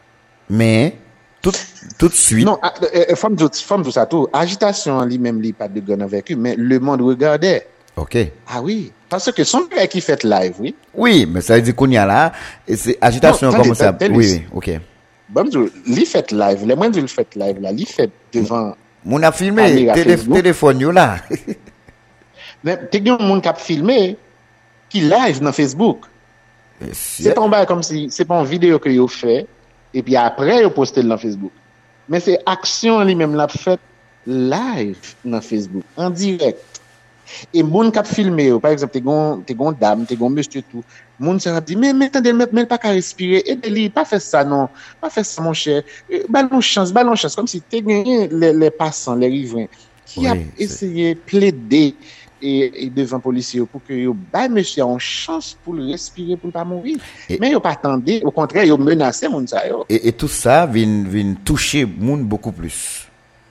Mais, tout, tout de suite, Non, ah, euh, euh, femme tout, femme tout ça tout, agitation en lui-même, lui, pas de gun vécu, mais le monde regardait. ok. Ah oui, parce que son père qui fait live, oui. Oui, mais ça veut dire Kounya là, et c'est agitation Non, comme attendez, ça. attendez, Oui, attendez. oui, ok. Bon, lui fait live, les moins de le fait live là, lui fait devant. Mon a filmé, Caméra télé, Facebook. téléphone yo là. Mais t'es un monde qui a filmé, qui live dans Facebook. C'est pas un bail comme si, c'est pas une vidéo que vous fait, et puis après, vous postez dans Facebook. Mais c'est action lui-même l'a fait live dans Facebook, en direct. Et moun k'ap filmé, par exemple, t'es gon, t'es gon dame, t'es gon monsieur tout. Moun se dit, mais, mais attendez, mais, mais pas qu'à respirer. Et lui, pas faire ça, non. Pas faire ça, mon cher. Ballon chance, ballon chance. Comme si t'es gagné les, les passants, les riverains, qui oui, a essayé de plaider et, et devant policiers pour que yo ba monsieur a une chance pour le respirer, pour pas mourir. Et, mais yo pas attendé, au contraire, yo menacé moun sa yo. Et, et tout ça vient, vient toucher moun beaucoup plus.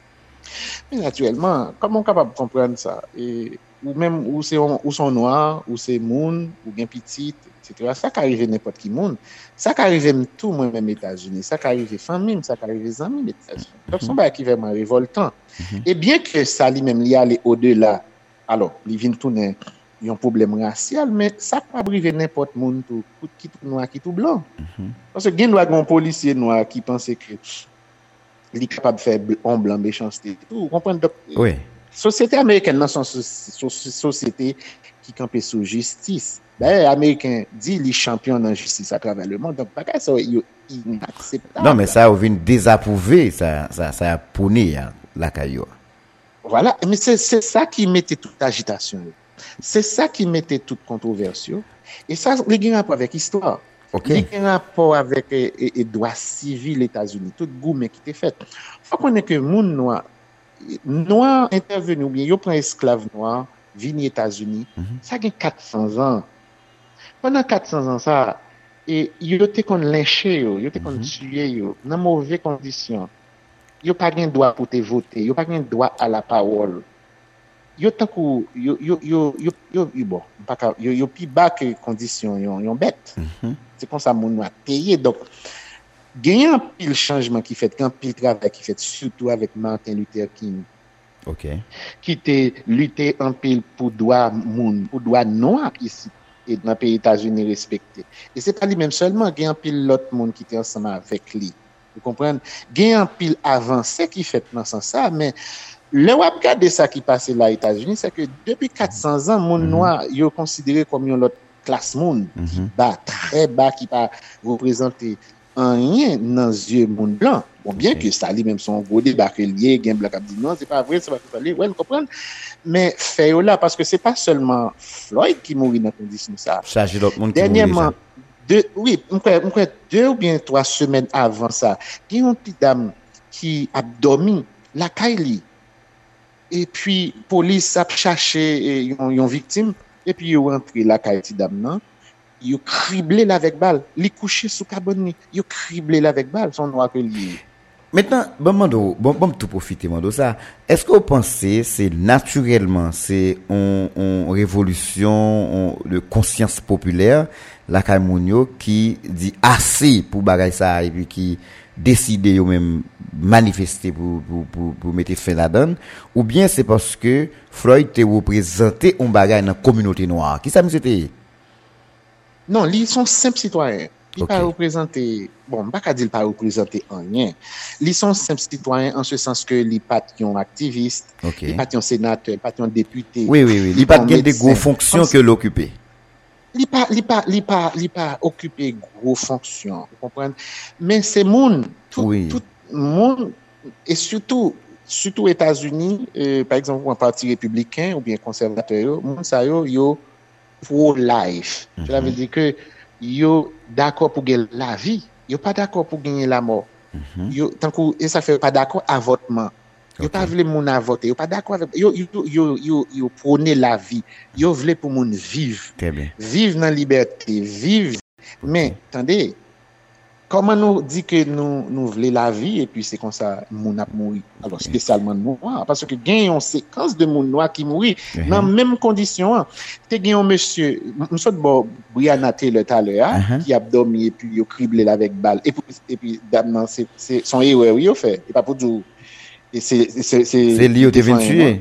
Mais naturellement, comment on est capable de comprendre ça? Et, ou même, ou c'est, ou sont noirs, ou c'est moun, ou bien petit, et cetera. Ça qu'arrive n'importe qui moun. Ça qu'arrive tout, moi-même, États-Unis. Ça qu'arrive famille, ça qu'arrive les amis, États-Unis. Donc, c'est un bail qui est vraiment révoltant. Mm-hmm. Et bien que ça, lui-même, il y aller au-delà, alors, il vient tourner, il y a un problème racial, mais ça peut arriver n'importe moun, tout, qui tout noir, qui tout blanc. Mm-hmm. Parce que, il y a un policier noir qui pensait que, il est capable de faire un blanc méchanceté. Vous comprenez? Donc, oui. Société américaine, dans son société qui campe sous justice. D'ailleurs, Américain dit les champions dans la justice à travers le monde. Donc, pas ça, c'est inacceptable. Non, mais ça, on vient désapprouver, ça, ça, ça a puni la caillou. Voilà, mais c'est, c'est ça qui mettait toute agitation. C'est ça qui mettait toute controversion. Et ça, il y a un rapport avec l'histoire. Okay. Il y a un rapport avec les droits civils des États-Unis, tout gourmet qui était fait. Il faut qu'on ait que moun noir, noir intervenu, ou bien il prend esclave noir, vini aux États-Unis, mm-hmm. ça a quatre cents ans. Pendant quatre cents ans, ça, et il était qu'on lynché, il était qu'on tué, dans mauvaises conditions. Il n'y a pas de droit pour te voter, il n'y a pas de droit à la parole. Yo tankou yo yo yo yo yo bon pas yo yo pi bas que condition yo yo bête mm-hmm. C'est comme ça moun a payé donc gagner un pile changement qui fait un pile travail qui fait surtout avec Martin Luther King OK qui était lutter un pile pour droit moun pour droit noir ici et dans pays États-Unis respecté et c'est pas lui même seulement gagner un pile l'autre monde qui était ensemble avec lui vous comprenez gagner un pile avancé qui fait dans ce sens ça mais le wap gade ça qui passe là aux États-Unis, c'est que depuis quatre cents ans, moun noir, yo considéré comme une autre classe moun, mm-hmm. qui bas, très bas, qui pas représenter rien dans les yeux moun blanc. Bon, bien okay. que ça, lui même son gros débat que lié, gen blanc dit non, c'est pas vrai, c'est pas vrai, ouais, vous comprenez? Mais fait là, parce que c'est pas seulement Floyd qui mourit dans condition ça. Chargé d'autres monde qui dernièrement, deux, oui, on croit, on croit deux ou bien trois semaines avant ça, il y a une petite dame qui a dormi, la Kylie. Et puis, police a cherché une victime, et puis ils ont rentré la Kaiti dame, ils ont criblé la avec balle, ils couché sous carbone, ils ont criblé la avec balle, son noir que lié. Maintenant, bon, bon, bon, bon, tout profiter, de ça. Est-ce que vous pensez, c'est naturellement, c'est une, une révolution on, de conscience populaire, la Kaimounio, qui dit assez pour bagay ça, et puis qui décide ou même manifester pour, pour, pour, pour mettre fin la donne, ou bien c'est parce que Floyd te représenté un bagay dans la communauté noire. Qui ça me c'était? Non, ils sont simples citoyens. Ils ne okay. pas représenter, bon, pas qu'à dire pas représenter rien. Ils sont simples citoyens en ce sens que les patins activistes, okay. les patins sénateurs, les patins députés. Oui, oui, oui. Les patins des grosses fonctions que l'occupé. Li pas li pas li pas li pas occuper gros fonctions, vous comprenez, mais c'est monde tout oui. tout monde et surtout surtout États-Unis euh, par exemple un parti républicain ou bien conservateur monde ça yo yo pro life. Mm-hmm. Cela veut dire que yo d'accord pour gagner la vie, yo pas d'accord pour gagner la mort. Mm-hmm. Yo tant que et ça fait pas d'accord avortement. Yo okay. pas vle moun a voter, yo pas d'accord avec yo yo yo yo yo prôner la vie. Yo vle pour moun vivre. Vivre dans liberté, vivre. Mais attendez, comment nous dit que nous nous voulons la vie et puis c'est comme ça moun a mouri. Alors okay. spécialement noir parce que gagne une séquence de moun noir qui mouri uh-huh. dans même condition. Te gagne un monsieur, monsieur bon Brianna Taylor tout à l'heure uh-huh. qui a dormi et puis yo criblé avec balle et puis et puis dame c'est c'est son erreur yo fait et pas pour dire. Et c'est c'est c'est c'est lié au tué.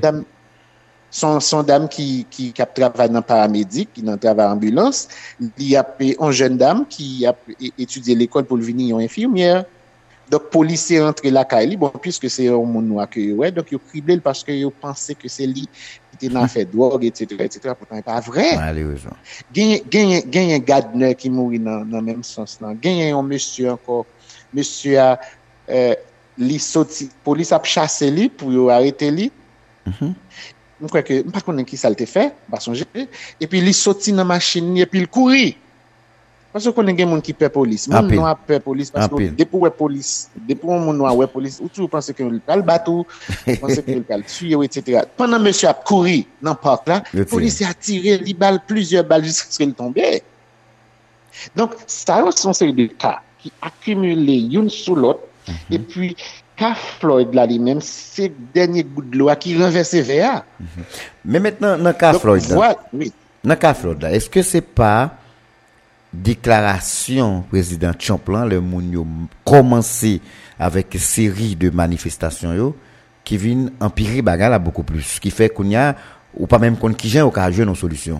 Son son dame qui qui qui travaille dans paramédic, qui dans travail ambulance, il y a une jeune dame qui a étudié l'école pour venir une infirmière. Donc, policier entre la caille, bon, puisque c'est un monde noir que ouais, donc ils criblé parce que ils pensaient que c'est lui qui était dans fait drogue, et cetera, et cetera. Pourtant, c'est pas vrai. Malheureusement. Gagne, gagne, gagne un Gardner qui mourit dans, dans le même sens là. Gagne un monsieur encore, monsieur a, euh, li sorti, police a chassé lui pour arrêter lui. Mhm. Je crois que, je ne sais pas qui ça le fait, pas songer. Et puis, il sorti dans la machine, et puis il courit. Parce qu'on a des gens qui peur police. Moun noir peur police parce que depuis ouais police, depuis moun noir ouais police, ou tu penses que il va le battre, pense que il va le tuer et cetera. Pendant monsieur a couru dans le parc là, la police a tiré des balles, plusieurs balles jusqu'à ce qu'il tombe. Donc ça sont une série de cas qui accumulent une sous l'autre et puis cas Floyd là lui-même c'est dernier goût de l'eau qui renverse V A. Mais maintenant dans cas Floyd là. Voilà, oui. Dans cas Floyd là, est-ce que c'est pas déclaration président Champlain le moun yo commencé avec série de manifestations yo qui viennent empirer bagarre beaucoup plus qui fait qu'on y a ou pas même qu'on qui j'ai occasion une solution.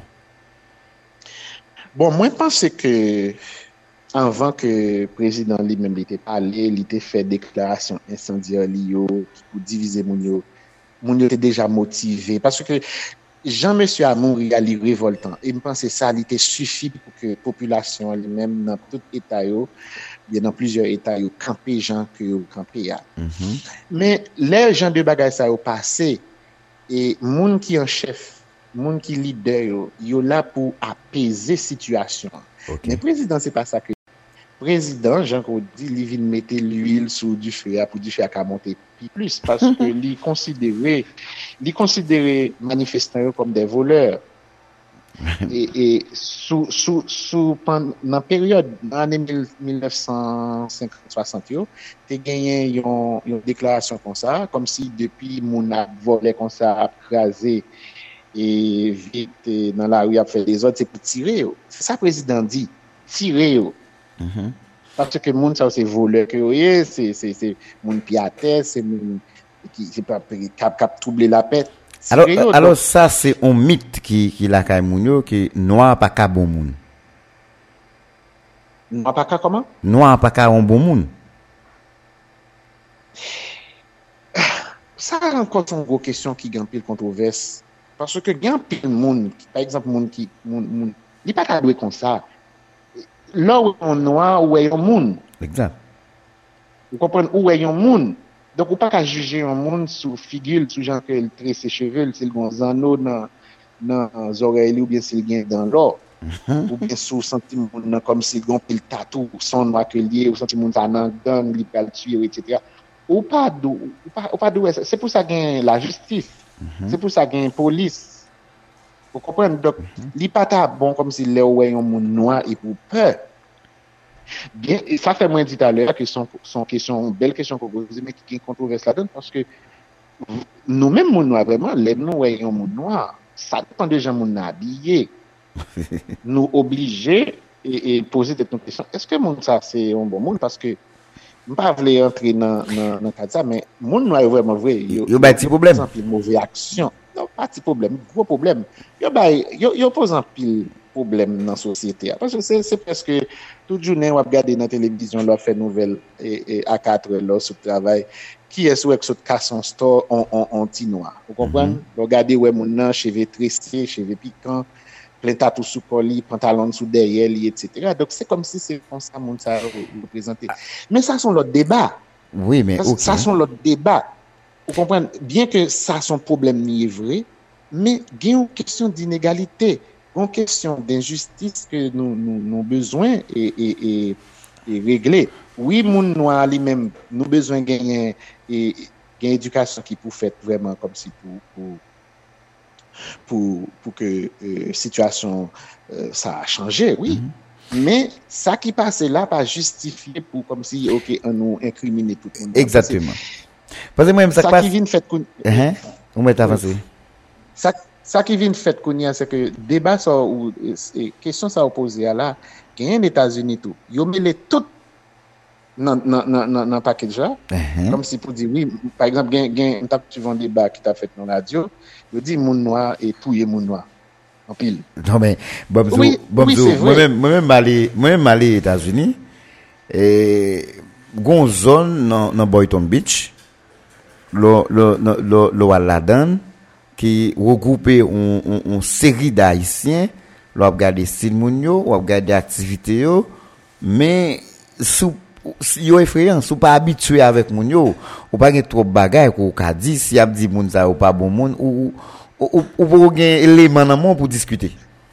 Bon, moi je pense que avant que le président lui-même était parlé, il était fait déclaration incendiaire li pour diviser moun yo. Moun yo était déjà motivé parce que Jean-Monsieur Amour, il a li révoltant. Et je pense que ça, il était suffi pour que la population elle-même, dans tout État, il y a dans plusieurs États, il y a campé gens que il campé. Mm-hmm. Mais les gens de bagaille ça ont passé et moun qui en chef, moun qui leader, il est là pour apaiser la situation. Okay. Mais le président, c'est pas ça que le président, Jean-Claude dit, il vient mettre l'huile sur du feu pour du feu à monter plus parce que il considérait il considérait manifestants comme des voleurs et, et sous sous sous pendant la période dans l'année mille neuf cent cinquante soixante yo t'es gagné une une déclaration comme ça comme si depuis mon a volé comme ça a crasé et vite dans la rue a fait des autres c'est pour tirer c'est ça président dit tirer mm-hmm. Parce que moun ça c'est voleur que oui c'est c'est c'est moun piateur c'est moun qui c'est pas cap cap troubler la paix. Alors alors, alors ça c'est un mythe qui qui la kay moun yo que noir pas ka bon moun. Noir pas ka comment? Noir pas ka un bon moun. Ça encore une grosse question qui gagne pile controverse parce que gagne pile moun par exemple moun qui moun moun il pas ka doué comme ça. Là où on noir où est un monde. Exact. Vous comprenez où est un monde. Donc on pas qu'à juger un monde sous figure, sous genre que il tresse ses cheveux, s'il gon zano dans dans oreilles ou bien s'il gagne dans l'or. Mm-hmm. Ou bien sous sentiment comme s'il gon pile tatou, son noir que lié ou sentiment ça dans gang, il va le tuer et cetera. Ou pas ou pas ou pas c'est pour ça gagne la justice. Mm-hmm. C'est pour ça gagne police. Vous comprenez? Donc, mm-hmm. li pas ta bon comme si les ouais un monde noir et pour peur. Bien, ça fait moins dit tout à l'heure que son son question, belle question que vous posez, mais qui controverse là-dedans parce que nous-mêmes monde noir vraiment, les nous ouais un monde noir, ça dépend des gens monde habillé. Nous obligés et, et poser des questions. Est-ce que monde ça c'est un bon monde parce que je pas voulais entrer dans dans dans cadre ça mais monde noir est vraiment vrai. Il y a un petit problème. Par exemple, mauvaise action. Non, pas de problème, gros problème. Il y a pose un pile problème dans la société. Parce que c'est, c'est parce que toute journée, on va regarder dans la télévision, on fait nouvelles et, et à quatre heures, sur le travail, qui est sur le casse son store en, en, en petit noir. Vous comprenez? Mm-hmm. Regardez où est mon nom, cheveux tressés, cheveux piquants, plein tatou sous colli, pantalon sous derrière, et cetera. Donc c'est comme si c'est comme ça, mon ça représenté. Mais ça, c'est l'autre débat. Oui, mais okay. Ça, c'est l'autre débat. Vous comprenez? Bien que ça, son problème n'y est vrai, mais il y a une question d'inégalité, une question d'injustice que nous, nous, nous besoin et, et, et, et régler. Oui, moun noir lui-même, nous besoin de gagner et une éducation qui pour faire vraiment comme si pour, pour, pour, pour que la euh, situation, euh, ça a changé, oui. Mm-hmm. Mais ça qui passe là, pas justifié pour comme si, ok, on nous incrimine tout le monde. Exactement. Parce que moi, ça, ça passe... qui vient de fait qu'on... Uh-huh. On va avancer. Ça, ça qui vient de fait qu'on y a, c'est que débat ça ou question ça opposé à là, qu'il y a les États-Unis tout, ils mettent tout dans dans dans dans package là, uh-huh. Comme si pour dire oui, par exemple, gain gain on t'a tu vend débat qui t'a fait dans la radio, il dit moun noir et touyer moun noir. En pile. Non mais Bobzo, oui, Bobzo, oui, moi même moi même aller moi même aller aux États-Unis et gon zone dans dans Boynton Beach, le le le le Aladdin qui regroupé une série d'haïtiens, l'on regarder style moun yo, on regarder activité yo, mais sous yo effrayant, sou pas habitué avec moun yo, ou pas gen trop bagay ko ka di si a dit moun ça ou pas bon moun ou ou ou pour gen élément dans monde pour discuter.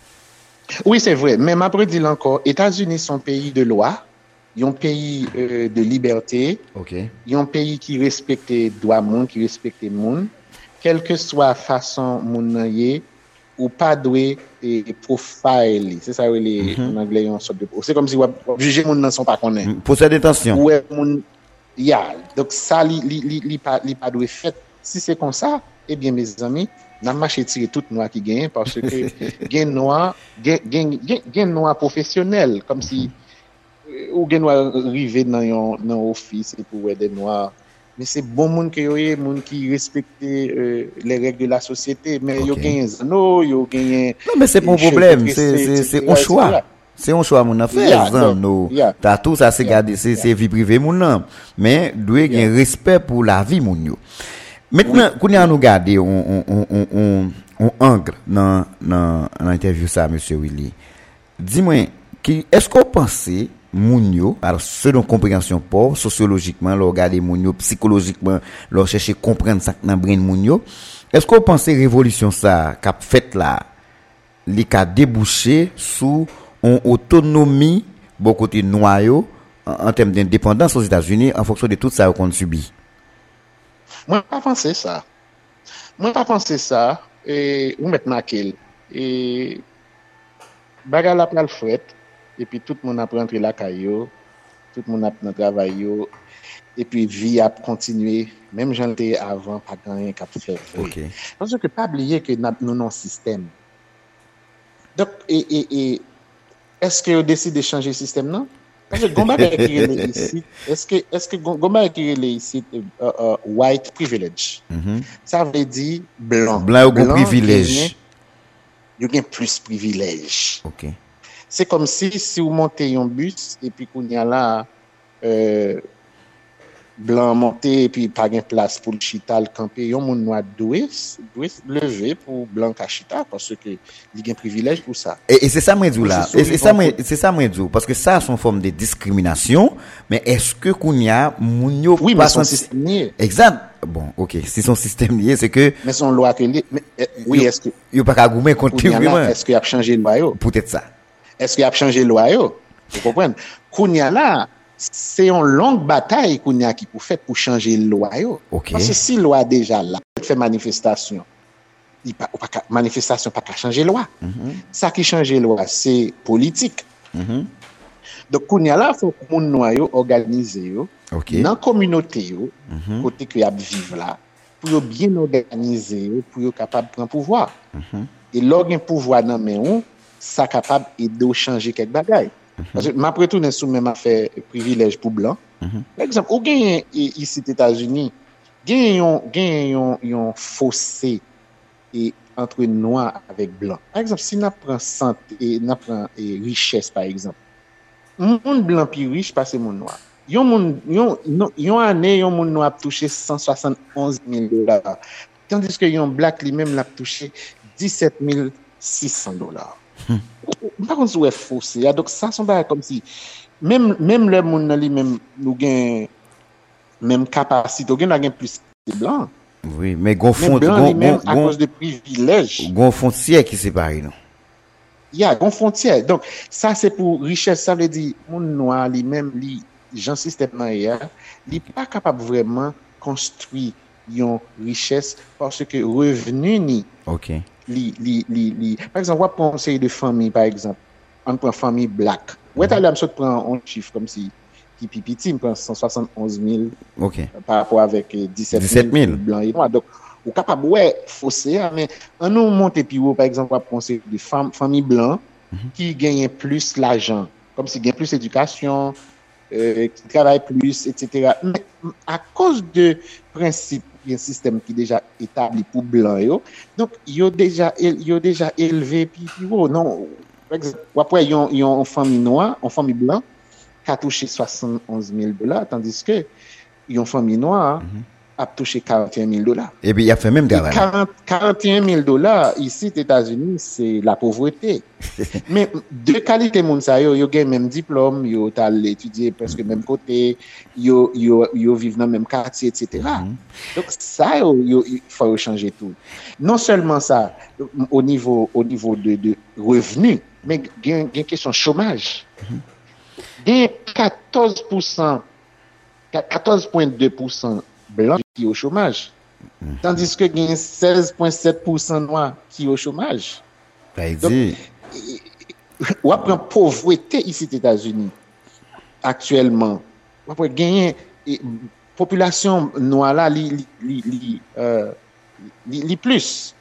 Oui, c'est vrai, mais m'a dit encore, États-Unis sont pays de loi, ils ont pays euh, de liberté. OK. Ils ont pays qui respecte droit moun, qui respecte moun, quelle que soit façon moun nan yé ou pas doué et profile, c'est ça les mm-hmm. en anglais on sorte de c'est comme si on juger moun nan son pas connaît. Pour cette intention. Ouais moun ya, donc ça li li li, li pas li pas doué fait. Si c'est comme ça, eh bien mes amis, n'a marché tirer tout noir qui gagne parce que gain noir gain gain gain noir professionnel comme si ou gain noir arriver dans un dans office et pour des noirs. Mais c'est bon monde que yoye monde qui respecte euh, les règles de la société mais yo gagne zano yo gagne. Non mais c'est pas un problème, c'est c'est c'est un choix. C'est un choix mon affaire zano. T'as tout ça c'est garder c'est c'est vie privée mon nom mais doit gagne respect pour la vie mon yo. Maintenant qu'on y a nous garder on on on on on angle dans dans l'interview ça monsieur Willy. Dis-moi qui est-ce qu'on pensait moun yo, alors selon compréhension pauvre, sociologiquement, leur regarder moun yo, psychologiquement, leur chercher comprendre ça dans brain moun yo. Est-ce qu'on pense révolution ça qu'a fait là, li ka débouché sous une autonomie bon côté noir yo en, en termes d'indépendance aux États-Unis en fonction de tout ça qu'on subit? Moi pas penser ça. Moi pas penser ça et ou mettre maquel et bagarre la pral fret. Et puis tout le monde a rentré la caillou, tout le monde a dans travail yo, et puis vie a continué même j'en étais avant pas gagner cap faire. OK. Parce que pas oublier que nous non système. Donc et et et est-ce que vous décidez de changer le système non? Parce que Gomba qui est ici, est-ce que est-ce que Gomba qui est ici uh, uh, white privilege. Mm-hmm. Ça veut dire blanc. Blanc ou privilège. Il y a plus privilège. OK. C'est comme si, si vous montez un bus, et puis qu'on y a là, euh, blanc monté, et puis pas de place pour le chita, le camper, yon moun noir doué, doué lever pour blanc chita, parce que il y a un privilège pour ça. Et, et c'est ça, moi, là. Et c'est ça, c'est ça, moi, parce que ça, c'est une forme de discrimination, mais est-ce que qu'on y a, moun yo, oui, mais son système lié. Exact. Bon, ok. Si son système lié, c'est que. Mais son loi que lié, mais, euh, oui, est-ce que. Yo pas qu'à goumer contre est-ce qu'il a changé le loi? Peut-être ça. Est-ce qu'il a changé le loi? Vous comprenez? Kounya là, c'est une longue bataille Kounya qui pour faire pour changer le loi. Okay. Parce que si le loi déjà là, fait manifestation, il pas pas manifestation pas qu'à changer loi. Mm-hmm. Ça qui change la loi, c'est politique. Mm-hmm. Donc Kounya là, faut que moun noir yo organiser yo okay. dans communauté yo, mm-hmm. côté que y a vivre là, pour yo bien organiser yo, pour yo capable prendre pouvoir. Mm-hmm. Et lors un pouvoir dans main ça capable de changer quelques bagailles. Mm-hmm. Parce que m'a retourner sous même affaire privilège pour blanc. Mm-hmm. Par exemple, au gain ici aux États-Unis, gain un gain un fossé et entre noir avec blanc. Par exemple, si n'a prend santé, n'a prend richesse par exemple. Moun blanc plus riche parce que moun noir. Yon moun yon yon année yon moun noir touché cent soixante et onze mille dollars. Tandis que yon black lui-même l'a touché dix-sept mille six cents dollars. Par contre c'est faussé donc ça sont pas comme si même même le monde li même nous gain même capacité gain gain plus blanc oui mais gon fond gon gon à cause de privilèges gon frontière qui sépare non il y a gon frontière donc ça c'est pour richesse ça veut dire monde noir li même li gens système hier li pas capable vraiment construire une richesse parce que revenu ni OK Li, li, li, li. Par exemple, on va prendre une série de familles, par exemple. On prend famille black. Où est-ce que tu prends un chiffre comme si, qui pipiti, on prend cent soixante et onze mille okay. par rapport avec dix-sept mille blancs et noirs. Donc, on est capable, ouais, fausser, mais on nous monte plus haut, par exemple, on va prendre des fam- familles blancs mm-hmm. qui gagnent plus l'argent, comme s'ils gagnent plus d'éducation, euh, qui travaillent plus, et cetera. Mais à cause de principes, un système qui est déjà établi pour blanc yo donc yo déjà yo déjà élevé puis puis oh non par exemple après yon yon famille noire en famille blanc a touché soixante et onze mille dollars, tandis que une famille noire mm-hmm. a touché quarante et un mille dollars. Et puis il a fait même travail. quarante et un mille dollars ici aux États-Unis, c'est la pauvreté. Mais de qualité moun sa yo, yo gen même diplôme, yo tal étudier presque même côté, yo yo yo vivent dans même quartier, et cetera. Mm-hmm. Donc ça yo, yo il faut changer tout. Non seulement ça au niveau au niveau de de revenus, mais gen gen question chômage. Mm-hmm. Gen quatorze pour cent quatorze virgule deux pour cent blancs qui au chômage. Mm-hmm. Tandis que il y a seize virgule sept pour cent noirs qui au chômage. Donc, on prend pauvreté ici aux États-Unis actuellement. On peut gagner population noire là li li li euh li, li plus.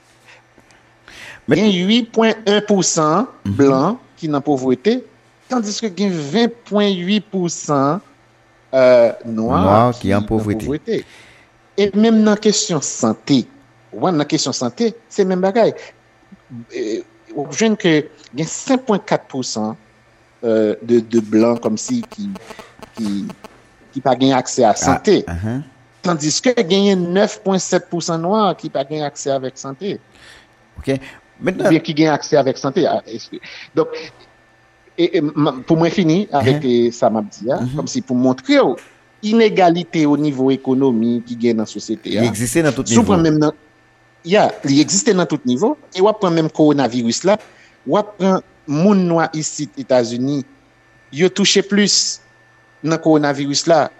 Mais il y a huit virgule un pour cent blancs qui dans pauvreté, tandis que il y a vingt virgule huit pour cent euh noirs Noir qui, qui en pauvreté. pauvreté. Et même dans question santé, ouais, dans question santé, c'est même bagaille. Euh, je viens que il y a cinq virgule quatre pour cent euh, de de blancs comme si qui qui qui pas gain accès à santé. Ah, uh-huh. Tandis que il y a neuf virgule sept pour cent noirs qui pas gain accès avec santé. OK. Maintenant bien qui gain accès avec santé. Donc et, et pour moi fini avec uh-huh. ça m'a dit hein, uh-huh. comme si pour montrer oh, inégalité au niveau économique qui gagne dans la société. Il existe dans tout niveau. Même dans, yeah, il existe dans tout niveau. Et on prend même coronavirus là, on prend moun noir ici aux États-Unis, il touché plus dans coronavirus là.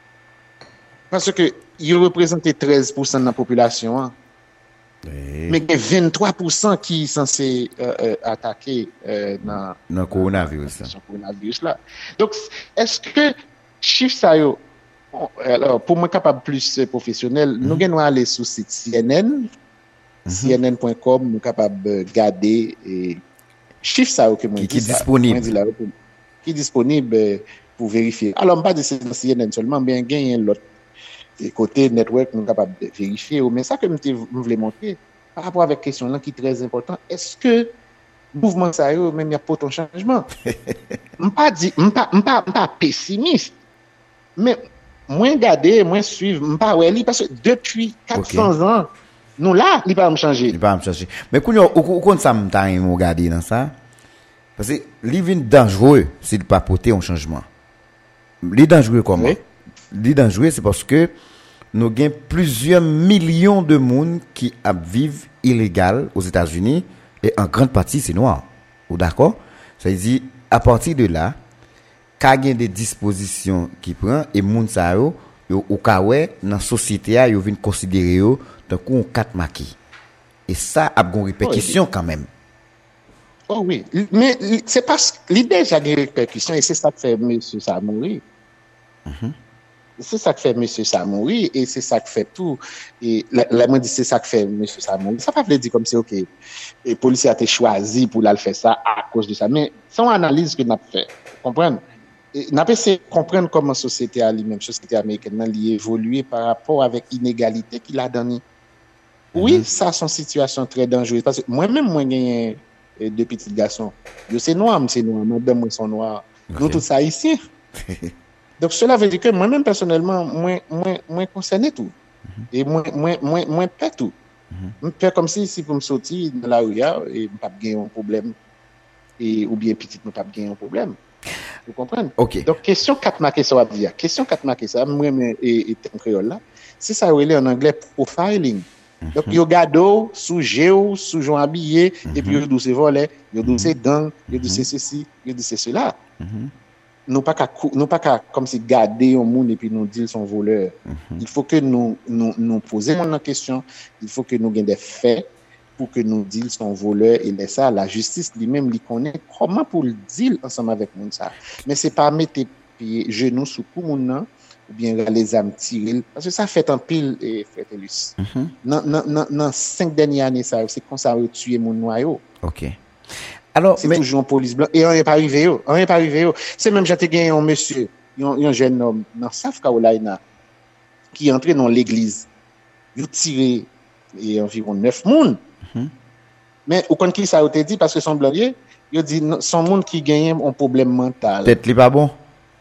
Parce que il représentait treize pour cent de la population. Hein. Oui. Mais il y a vingt-trois pour cent qui sont censés euh, euh, attaquer euh, dans le coronavirus, coronavirus là. Donc, est-ce que chiffre ça yo alors pour moi capable plus professionnel mm-hmm. nous gagnons aller sur site C N N mm-hmm. C N N point com nous capable garder et chiffre ça que moi qui est disponible qui est disponible pour vérifier. Alors pas de c'est dans C N N seulement bien gagner l'autre côté network nous capable de vérifier mais ça que je voulais montrer par rapport avec question là qui est très important, est-ce que mouvement ça yo même il y a pas de changement. On pas dit on pas on pas pas pessimiste mais moins garder moins suivre pas ouais parce que depuis quatre cents okay. ans nous là il pas me changer il pas me changer mais quand on compte ça m'ta me regarder dans ça parce que living dangereux s'il pas porter un changement li dangereux comment oui. li dangereux c'est parce que nous gain plusieurs millions de monde qui vivent illégal aux États-Unis et en grande partie c'est noir ou d'accord ça veut dire à partir de là ka gen des dispositions qui prend et moun sa yo yo ou ka wè dans société a yo vinn considérer yo tant qu'on quatre marqué et ça a gon répercussion oh, oui. quand même. Oh oui, mais c'est parce que l'idée j'ai des répercussions et c'est ça que fait monsieur Samouri. Mm-hmm. C'est ça que fait monsieur Samouri et c'est ça que fait tout et la, la moi dit c'est ça que fait monsieur Samouri. Ça pas veut dire comme c'est OK. Et policier a été choisi pour la faire ça à cause de ça mais son analyse que n'a fait. Comprendre n'a pas essayé de comprendre comment la société a lui-même, société américaine, elle évolué par rapport avec l'inégalité qu'il a donnée. Oui, mm-hmm. ça, c'est une situation très dangereuse. Parce que moi-même, moi, j'ai deux petits garçons. Je c'est noir, c'est noir. Madame, moi, sont noirs. Okay. Nous, tout ça ici. Donc, cela veut dire que moi-même, personnellement, moi, moi, moi, concerné tout. Mm-hmm. Et moi, moi, moi, moi, paie tout. Je mm-hmm. fais comme si, si pour me sortir de la rue, et je n'ai pas un problème. Et, ou bien, petit, je n'ai pas un problème. Vous comprenez? OK. Donc, question quatre marquées, ça va dire. Question quatre marquées, ça, moi, et, et, en créole là, c'est ça, où il est en anglais, profiling. Mm-hmm. Donc, yo gado, sous géo, sous gens habillés, mm-hmm. et puis yo douce volet, yo douce gang, yo douce ceci, yo douce cela. Mm-hmm. Nous pas qu'à, nous pas qu'à, comme si garder un monde et puis nous dire son voleur. Mm-hmm. Il faut que nous, nous, nous posions la question, il faut que nous ayons des faits, pour que nous disions son voleur et laisse ça la justice lui-même lui connaît comment pour le dire ensemble avec moun ça mais c'est pas mettre pieds genoux sous cou moun nan ou bien les âmes tirer parce que ça fait un pile et fait Elus dans dans dans cinq dernières années ça c'est comme ça tuer mon noyau. OK. Alors c'est mais... toujours en police blanc et on est pas arrivé yo on est pas arrivé yo c'est même j'étais gagné un monsieur un, un jeune homme dans South Carolina qui est entré dans l'église il tiré et environ neuf moun. Mm-hmm. Mais au compte qui ça a été dit parce que son blondier il dit son monde qui gagne un problème mental peut-être il pas bon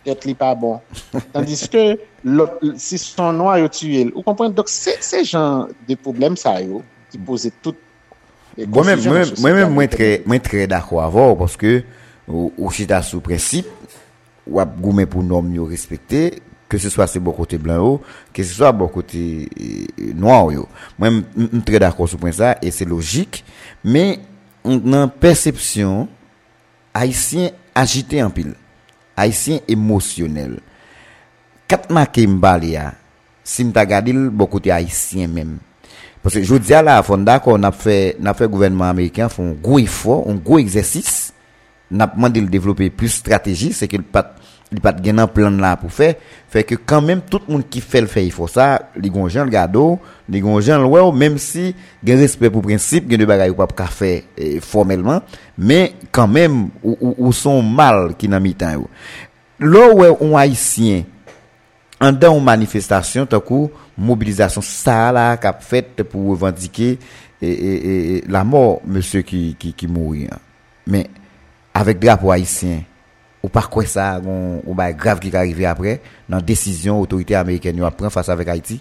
tête li pas bon. Tandis que l'autre, si son noir yo tué, vous comprenez? Donc c'est ces gens de problèmes ça yo qui posent toutes les Moi-même, confusions moi-même, dans la moi-même, moi, société. très, moi, très d'accord avec parce que, au, au chita sous principe, ou a goumé pour normes yo respecter, que ce soit c'est bon côté blanc yo, que ce soit bon côté euh, noir yo. Moi, je très d'accord sur point ça, et c'est logique, mais, dans perception, haïtien agité en pile, haïtien émotionnel. Kat marqué m'balia, si m'ta gade l bon côté haïtien même. Parce que je dis à la fond d'accord, on a fait, on a fait gouvernement américain font un gros effort, un gros exercice, on a demandé de développer plus stratégie, c'est qu'il pas il pas gain un plan là pour faire, fait que quand même tout le monde qui fait le fait il faut ça, les gonjan le gado, les gonjan le ouais, même si gain respect pour principe, gain de bagaille ou pas faire eh, formellement, mais quand même ou, ou, ou son mal qui n'a mis temps. Là où on haïtien en dans une manifestation, tant coup mobilisation ça là qu'a fait pour revendiquer et, et, et, la mort monsieur qui qui qui mourit. Mais avec drapeau haïtien, ou pas quoi ça on on ba grave qui arrivé après dans décision autorité américaine yo prend face avec Haïti.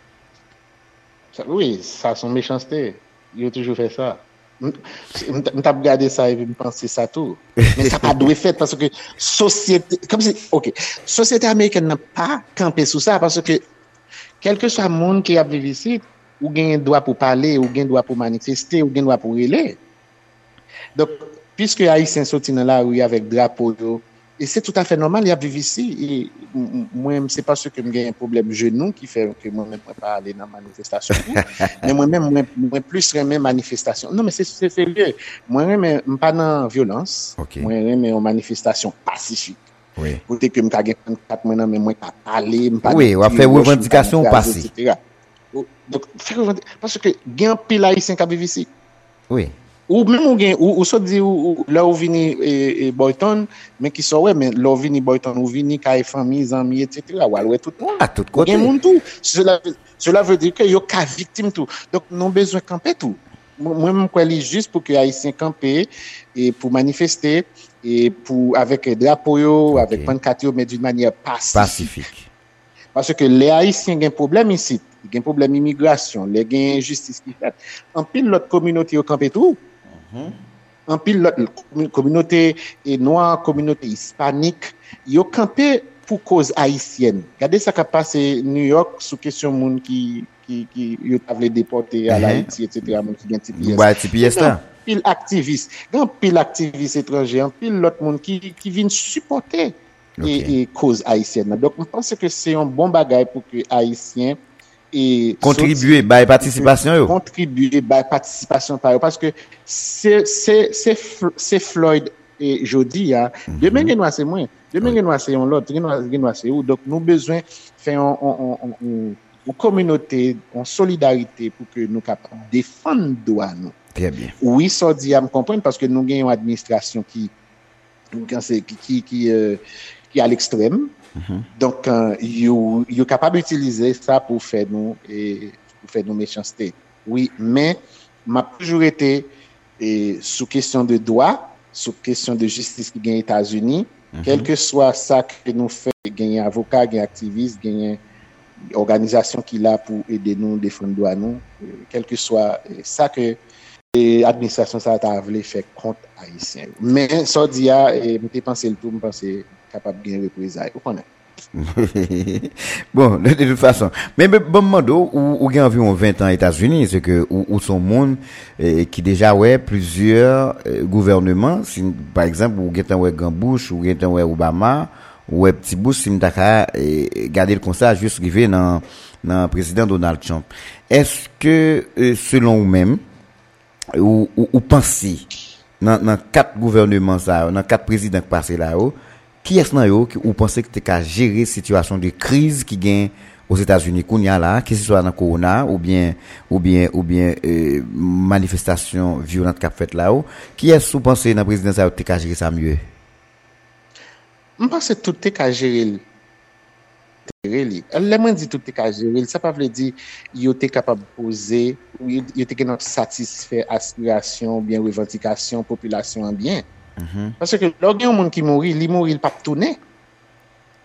Ça, oui, ça son méchanceté. Il a toujours fait ça. Je t'ai regardé ça et je pensé ça tout. Mais ça n'a pas dû faire parce que société, comme si, ok, société américaine n'a pas campé sous ça parce que quel que soit le monde qui a vécu ici, ou gagne droit pour parler, ou gagne droit pour manifester, ou gagne droit pour relayer. Donc, puisque Haïtien sorti dans la rue avec drapeau, et c'est tout à fait normal, il a vécu ici. Et moi, c'est pas ce que j'ai un problème genou qui fait que moi-même je ne peux pas aller dans la manifestation. Mais moi-même, moi, moi plus remets manifestation. Non, mais c'est, c'est sérieux. Moi, je pas dans la violence. Okay. Moi, je remets en manifestation pacifique. Oui. Pour que je ne peux pas maintenant, mais moi, pas parler. Oui, on va faire revendication passive. Donc, parce que il y a un pile haïtien qui vit ici. Oui. Ou même ou gen ou, ou so di ou là où vini et, et Boyton mais qui sont ouais mais là vini Boyton ou vini kay famille amis etc. ou alors tout le monde à tout côté gen monde tout cela cela veut dire que yo ka victime tout donc nous besoin camper tout moi même quoi li juste pour que haïtien camper et pour manifester et pour avec drapeau yo okay. avec pancarte yo mais d'une manière pacifique. pacifique parce que les haïtiens ont un problème ici il y a un problème immigration les gain injustice qui fait en pile l'autre communauté yo camper tout. En pile l'autre communauté noire, communauté hispanique, yo campé pour cause haïtienne. Regardez ça qui a passé New York sous question monde qui qui qui yo t'avait déporté à l'Haïti et cetera monde qui gagne T P S. Ouais, T P S là. Pile activiste, grand pile activiste étranger, en pile l'autre monde qui qui vient supporter okay. et, et cause haïtienne. Donc je pense que c'est un bon bagage pour que haïtiens et contribuer by participation yo contribuer by participation par parce que c'est c'est c'est c'est Floyd et jodi a mm-hmm. demain gen c'est moi demain gen c'est on l'autre gen c'est où donc nous besoin faire une communauté en solidarité pour que nous capable défendre droit nous très bien oui ça dit à me comprendre parce que nous gagnons une administration qui qui qui qui euh, qui à l'extrême. Mm-hmm. Donc, euh, you, you capable d'utiliser ça pour faire nous et pour faire nos méchancetés. Oui, mais m'a toujours été et, sous question de droit, sous question de justice qui gagne aux États-Unis, mm-hmm. quel que soit ça que nous fait, gagner avocat, gagner activiste, gagner organisation qui là pour aider nous défendre droit nous, quel que soit ça que l'administration ça a voulu faire contre haïtien. Mais ça dit et me penser le tout, me penser capable de gagner représailles. Vous connaissez? Bon, de toute façon. Mais bon moment où ou gagne environ vingt ans aux États-Unis, c'est que où son monde eh, qui déjà ouais plusieurs eh, gouvernements, si, par exemple ou gagne ouais Gambouche ou gagne ouais Obama ou ouais petit Bush si m'taka eh, garder le conseil juste arriver dans dans président Donald Trump. Est-ce que eh, selon vous-même ou ou, ou pensez dans dans quatre gouvernements ça, dans quatre présidents qui passé là-haut qui est-ce nan yo ou pensez que tu as gérer situation de crise qui gagne aux États-Unis qu'on y a là que ce soit dans corona ou bien ou bien ou bien euh, manifestation violente qu'a fait là-haut qui est-ce vous pensez dans président ça tu as gérer ça mieux? Je pense que tout est à gérer. Les moi dit tout est à gérer, ça pas veut dire yo t'es capable de poser ou yo t'es capable de satisfaire aspiration bien revendication population en bien. Mm-hmm. Parce que lorsqu'il y a un monde qui mourit, il mourit, il pas tourner.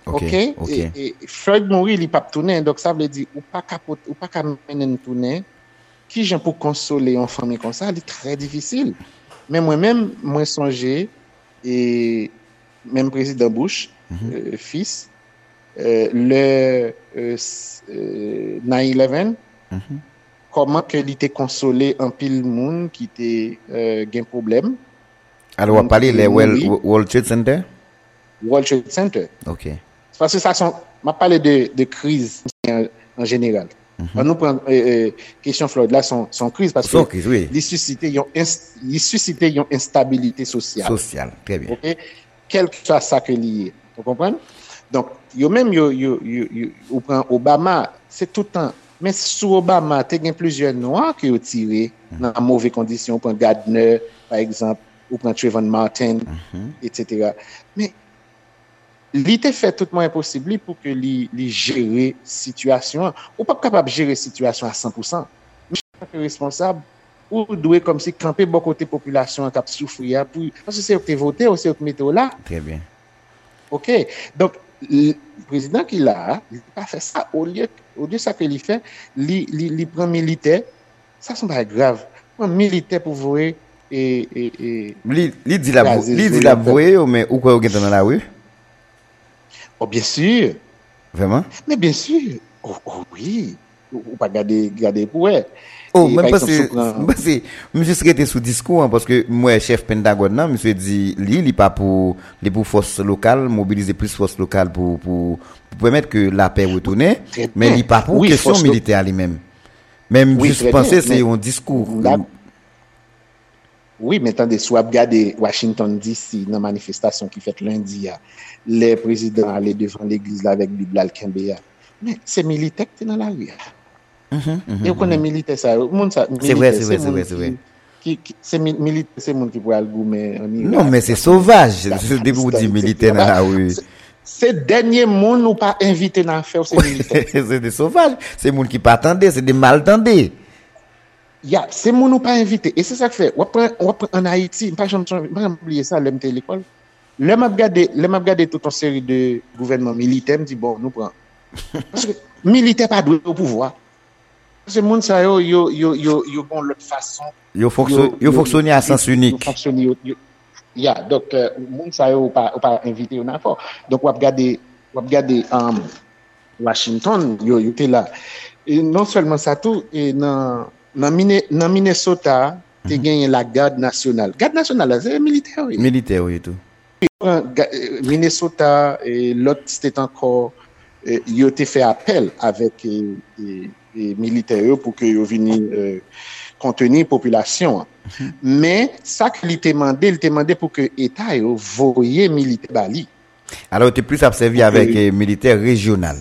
OK. OK? OK. Et, et Floyd mourir, il pas tourner, donc ça veut dire ou pas capote, ou pas mener tourner. Qui j'en pour consoler une famille comme ça, c'est très difficile. Mais moi-même, moi songer et même président Bush, mm-hmm. euh, fils, euh, le euh, euh, nine eleven, mm-hmm. comment que il était consolé en pile monde qui était euh, gain problème. Alors on va parler les World Trade Center. World Trade Center. OK. Parce que ça sont m'a parlé de de crise en, en général. Mm-hmm. On nous prend euh, euh, question Floyd là son son crise parce son que crise, oui. il suscité une il suscité une instabilité sociale. Sociale, très bien. OK. Quel que soit ça que lié. Vous comprenez? Donc yo même yo yo yo, yo, yo prend Obama, c'est tout le temps. Mais sous Obama, tu as plusieurs noirs qui ont tiré mm-hmm. dans de mauvaises conditions. On prend Gardner, par exemple, ou prend Trayvon Martin, mm-hmm. et cetera. Mais il était fait tout le monde possible pour que les gérer la situation. Ou pas capable de gérer la situation à cent pour cent. Mais je suis responsable. Ou doit comme si camper beaucoup de population qui a souffert. Parce que c'est eux qui voté ou c'est eux qui mettent là. Très bien. OK. Donc, le président qui l'a, il n'a pas fait ça. Au lieu, au lieu de ça qu'il fait, il prend militaire. Ça, c'est pas grave. Il prend militaire pour voir et. et, et il dit la voie, mais où quoi, dans la rue? Oh, bien sûr. Vraiment? Mais bien sûr. Oh, oh oui. Ou pas garder, garder pour elle. Oh, même parce que, monsieur serait sous discours, hein, parce que moi, chef Pentagone, non, monsieur dit, lui, il n'est pas pour, les pour force locale, mobiliser plus force locale pour, pour, pour permettre que la paix retourne, mais il n'est pas pour oui, question militaire lui-même. Même, oui, juste penser, c'est un discours. La... Oui, mais attendez, soit regarder Washington D C, dans la manifestation qui fait lundi, les présidents allaient devant l'église là avec Bible Al-Kembeya. Mais c'est militaire qui est dans la rue. Mm-hmm, mm-hmm, et on connaît militaire ça, monde ça. C'est vrai, c'est vrai, c'est vrai, c'est vrai. Qui, qui, c'est militaire, c'est monde qui pourrait le goumer en Irak. Non, mais c'est sauvage. C'est des vous dire militaire dans la rue. C'est dernier monde nous pas invité dans faire c'est militaire. C'est des sauvages, c'est monde qui pas attendé, c'est des malentendés. Ya, c'est monde nous pas invité et c'est ça que fait. On prend on prend en Haïti, pas jamais pas oublier ça l'aime l'école. Le m'a regardé, le m'a regardé toute une série de gouvernements militaires, me dit bon, nous prend parce que militaire pas doué au pouvoir. C'est monde ça yo yo yo yo yo bon l'autre façon. Yo fonctionne yo fonctionner à sens unique. Fonctionner ya donc monde ça yo pas pas invité on a fort. Donc on regarder on regarder um, Washington yo yo était là. Et non seulement ça tout et dans dans Minnesota, tu as gagné la garde nationale. Garde nationale c'est militaire oui. Militaire oui tout. Minnesota et l'autre c'était encore ils ont fait appel avec les militaires pour qu'ils viennent euh, contenir la population. Mm-hmm. Mais ça qu'il t'a demandé, il t'a demandé pour que l'État voie militaire Bali. Alors, tu es plus observé avec les euh, militaires régionaux?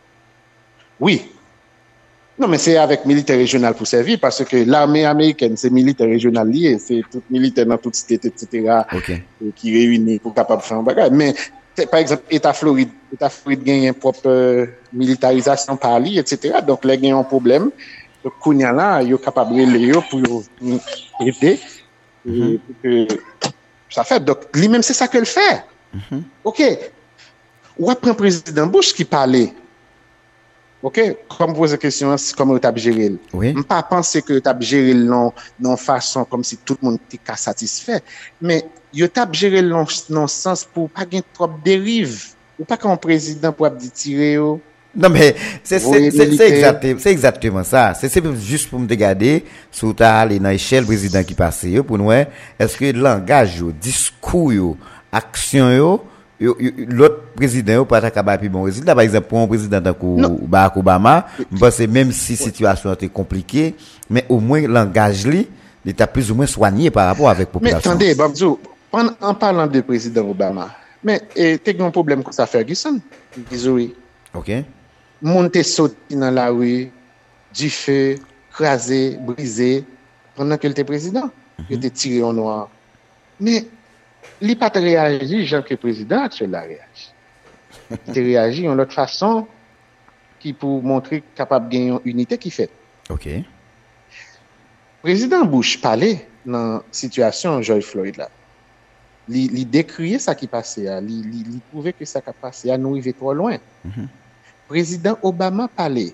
Oui. Non, mais c'est avec militaire régional pour servir parce que l'armée américaine, c'est militaire régional lié, c'est tout militaire dans toute state, et cetera. Okay. Qui réunit pour capable de faire un bagage. Mais par exemple, État Floride, État Floride gagne une propre euh, militarisation par lui, et cetera. Donc, là, il y a un problème. Donc, Kounia là, il est capable de les pour aider. Mm-hmm. Pour que ça fait. Donc, lui-même, c'est ça qu'il fait. Mm-hmm. OK. Ou après, un président Bush qui parlait. OK. Comme vous posez la question, comment tu as géré? Oui. Je ne pas penser que tu as géré non, non façon comme si tout le monde était satisfait. Mais, yo t'a géré non non sens pour pas gain trop dérive ou pas qu'un président pour dire tirer yo. Non mais c'est c'est c'est, c'est exactement c'est exactement ça, c'est c'est juste pour me regarder sous ta aller dans échelle président qui passe yo pour nous est-ce que langage yo, discours yo, action yo, yo, yo l'autre président yo pas capable plus bon résultat par exemple pour un président comme Barack Obama, je pense même si situation était compliquée mais au moins langage li il était plus ou moins soigné par rapport avec population. Mais attendez Babzou, En, en parlant de président Obama, mais tu as un problème comme ça, Ferguson. Désolé. OK. Monter sauté dans la rue, du feu, crasé, brisé, pendant qu'il était président. Mm-hmm. Il était tiré en noir. Mais, il n'a pas réagi, genre que le président actuel a réagi. Il a réagi en l'autre façon, qui pour montrer capable de gagner une unité qui fait. OK. Président Bush parlait dans la situation George Floyd là. li, li décrier ça qui passait, li, li, li prouver que ça qui passé, nous arrivé trop loin. Mm-hmm. Président Obama parlait,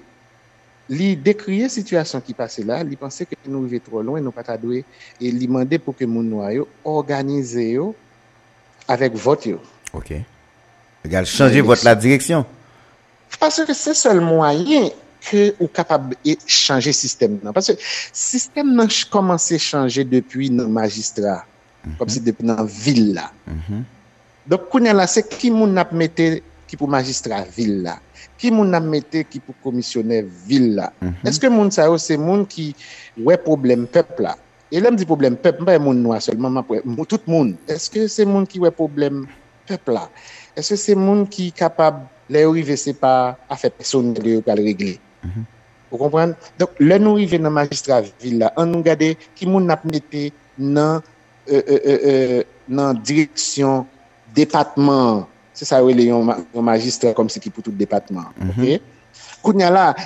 li décrier situation qui passait là, li pensait que nous arrivé trop loin, nous pas ta doué, et li demandait pour que moun noyo organise yo avec vote yo. OK. Égal changer votre la direction. Parce que c'est seul moyen que ou capable de changer système non parce que système n'a commencé à changer depuis nos magistrats mm-hmm. comme si depuis dans ville là mm-hmm. donc connait là c'est qui moun n'a mettre qui pour magistrat ville là qui moun n'a mettre qui pour commissionnaire ville là mm-hmm. est-ce que moun ça c'est moun qui ouais problème peuple là et là me dit problème peuple pas moun noir seulement tout monde est-ce que c'est moun qui ouais problème peuple là est-ce que c'est moun qui capable les arriver c'est pas affaire personnelle de pas régler. Mm-hmm. Vous comprenez? Donc là nous arriver dans magistrat ville là, on nous regarder qui moun n'a metté dans euh, euh, euh, dans direction département. C'est ça les un magistrat comme c'est qui pour tout département. Mm-hmm. OK? Kounya là,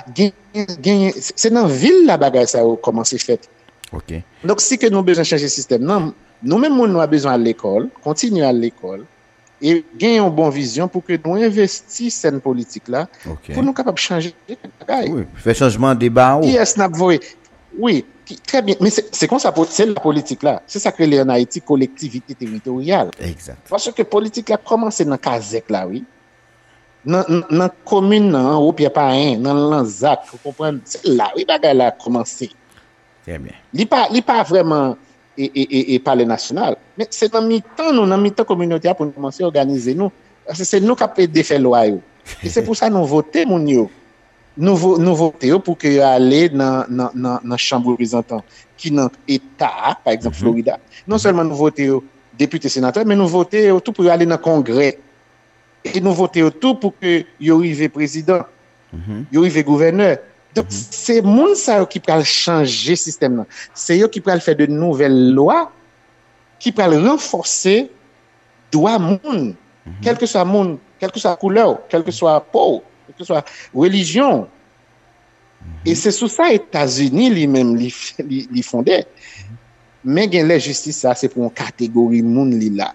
c'est dans ville la bagarre ça a commencé fait. OK. Donc si que nous besoin changer système non, nous même nous avons besoin à l'école, continuer à l'école. Et gagner une bonne vision pour que nous investissions cette politique là okay. pour nous capables de changer oui faire changement de débat qui est-ce n'a oui qui, très bien mais c'est, c'est comme ça c'est la politique là c'est ça que les en Haïti collectivité territoriale exact parce que politique là commencé dans Kazek là oui dans dans commune en haut Pierre Pain dans Lanzac vous comprenez c'est là oui bagarre là commencé très bien il pas il pas vraiment et et et, et parler national mais c'est dans mi-temps nous dans mi-temps communautaire pour commencer à organiser nous parce que c'est nous qui avons défait loi yo et c'est pour ça nous voter mon yo nous nous voter pour que aller dans dans dans dans chambre représentants qui dans état par exemple mm-hmm. Florida non seulement nous voter député sénateur mais nous voter tout pour aller dans congrès et nous voter tout pour que yo arrive président mm-hmm. yo arrive gouverneur. Donc mm-hmm. c'est moun ça qui peut changer système là. C'est eux qui peut faire de nouvelles lois qui peut renforcer droit moun, mm-hmm. quel que soit moun, quelle que soit couleur, quelle que soit peau, quelle que soit religion. Mm-hmm. Et c'est sous ça États-Unis lui-même li li, li fondé. Mm-hmm. Mais gain la justice ça c'est pour une catégorie moun li là.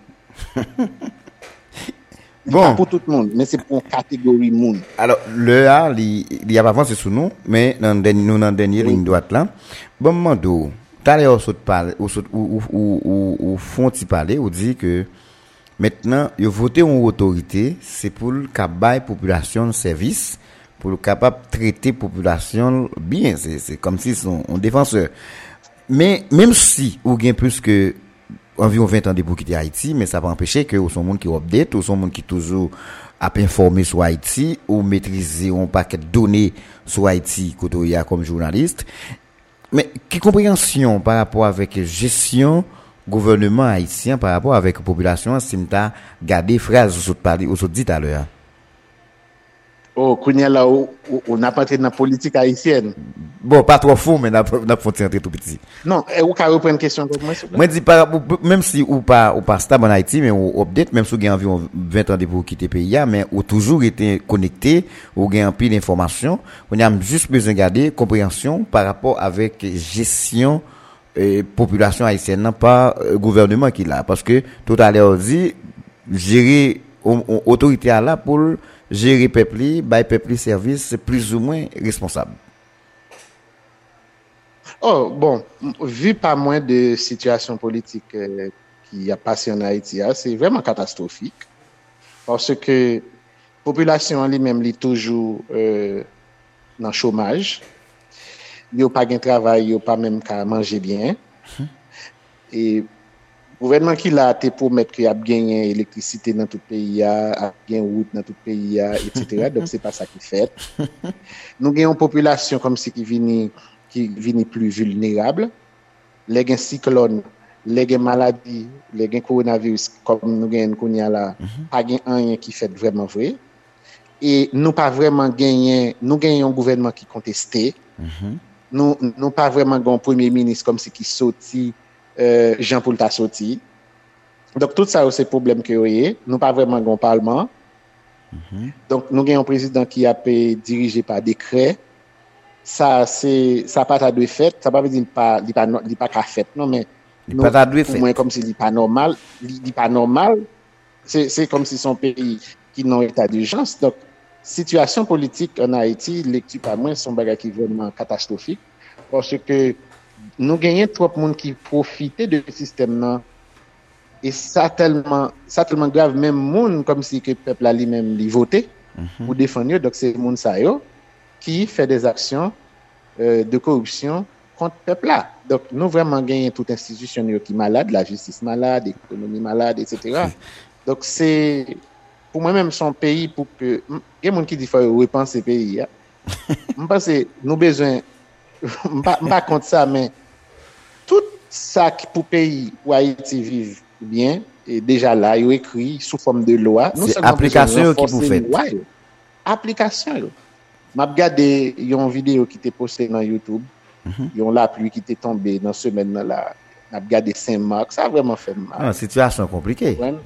Bon. Pas pour tout le monde, mais c'est pour une catégorie monde. Alors, le A, il y a pas avancé sous nous, mais dans nous dans dernière ligne droite là. Bon moment d'où, t'as l'air au saut parler, au ou ou ou ou font y parler, ou dit que maintenant, il voter une autorité, c'est pour le capable population service, pour le capable traiter population bien, c'est c'est comme si son un défenseur. Mais même si ou gain plus que environ vingt ans de pour quitter Haïti, mais ça va empêcher que ou son monde qui update, ou son monde qui toujours a informé sur Haïti, ou maîtriser un paquet de données sur Haïti, côté il y a comme journaliste. Mais quelle compréhension par rapport avec gestion gouvernement haïtien par rapport avec population, si m'ta garder phrase ou parler ou dit à l'heure. Oh, kounya là on n'a pas entré dans la politique haïtienne. Bon, pas trop fou mais n'a n'a pas entrer tout petit. Non, ou ka reprendre question comme moi. Moi dis pas même si ou pas ou pas stable en Haïti mais ou update même si gain environ vingt ans de pour quitter pays mais ou toujours été connecté, ou gain pile d'informations, on a juste besoin de garder compréhension par rapport avec gestion euh, population haïtienne non pas euh, gouvernement qui là parce que tout à l'heure dit gérer on, on, autorité à là pour gérer peuple, bail peuple service, c'est plus ou moins responsable. Oh, bon, vu pas moins de situations politiques euh, qui a passé en Haïti, hein, c'est vraiment catastrophique. Parce que la population en lui-même est toujours euh, dans le chômage. Il n'y a pas de travail, il n'y a pas même qu'à manger bien. Hum. Et le gouvernement qui l'a été pour mettre qu'il y a gagné l'électricité dans tout le pays, a gagné route dans tout le pays, et cetera. Donc, c'est pas ça qui fait. Nous avons une population comme si qui vient qui vient plus vulnérable. Les gens cyclones, les gens maladies, les gens coronavirus, comme nous avons là, pas rien qui fait vraiment vrai. Et nous pas vraiment gagné, nous gagnons un gouvernement qui contesté. Mm-hmm. Nous nous pas vraiment un premier ministre comme si qui sorti euh, Jean-Paul ta sorti. Donc tout ça c'est problème que yoyé, nous pas vraiment un parlement. Mm-hmm. Donc nous gagnons un président qui a été dirigé par décret. Ça c'est ça pas ta de fait, ça pas veut dire pas il pas il pas qu'à fait non mais Il pas ta pour moi comme si il pas normal, il dit pas normal. C'est c'est comme si son pays qui n'a état d'urgence. Donc situation politique en Haïti, lecture pas moins son bagage qui est vraiment catastrophique parce que nous gagnons trop de monde qui profitait de ce système là. Et ça tellement ça tellement grave même monde comme si que le peuple a lui-même lui voté mm-hmm. pour défendre. Donc c'est monde ça yo qui fait des actions euh, de corruption contre le peuple là. Donc nous vraiment gagnons toute institution qui est malade, la justice malade, l'économie malade, et cetera. Donc c'est pour moi-même son pays pour que il y a des gens qui disent qu'il faut repenser le pays. Je pense que nous besoin je ne pas contre ça mais tout ça qui pour pays où Haïti vive bien et déjà là il est écrit sous forme de loi. Nous c'est application qui vous faites. Application. M'a regardé une vidéo qui était postée dans YouTube. Il y a la pluie qui était tombée dans ce semaine là. M'a regardé Saint-Marc, ça a vraiment fait mal. Ah, situation compliquée. Ouais.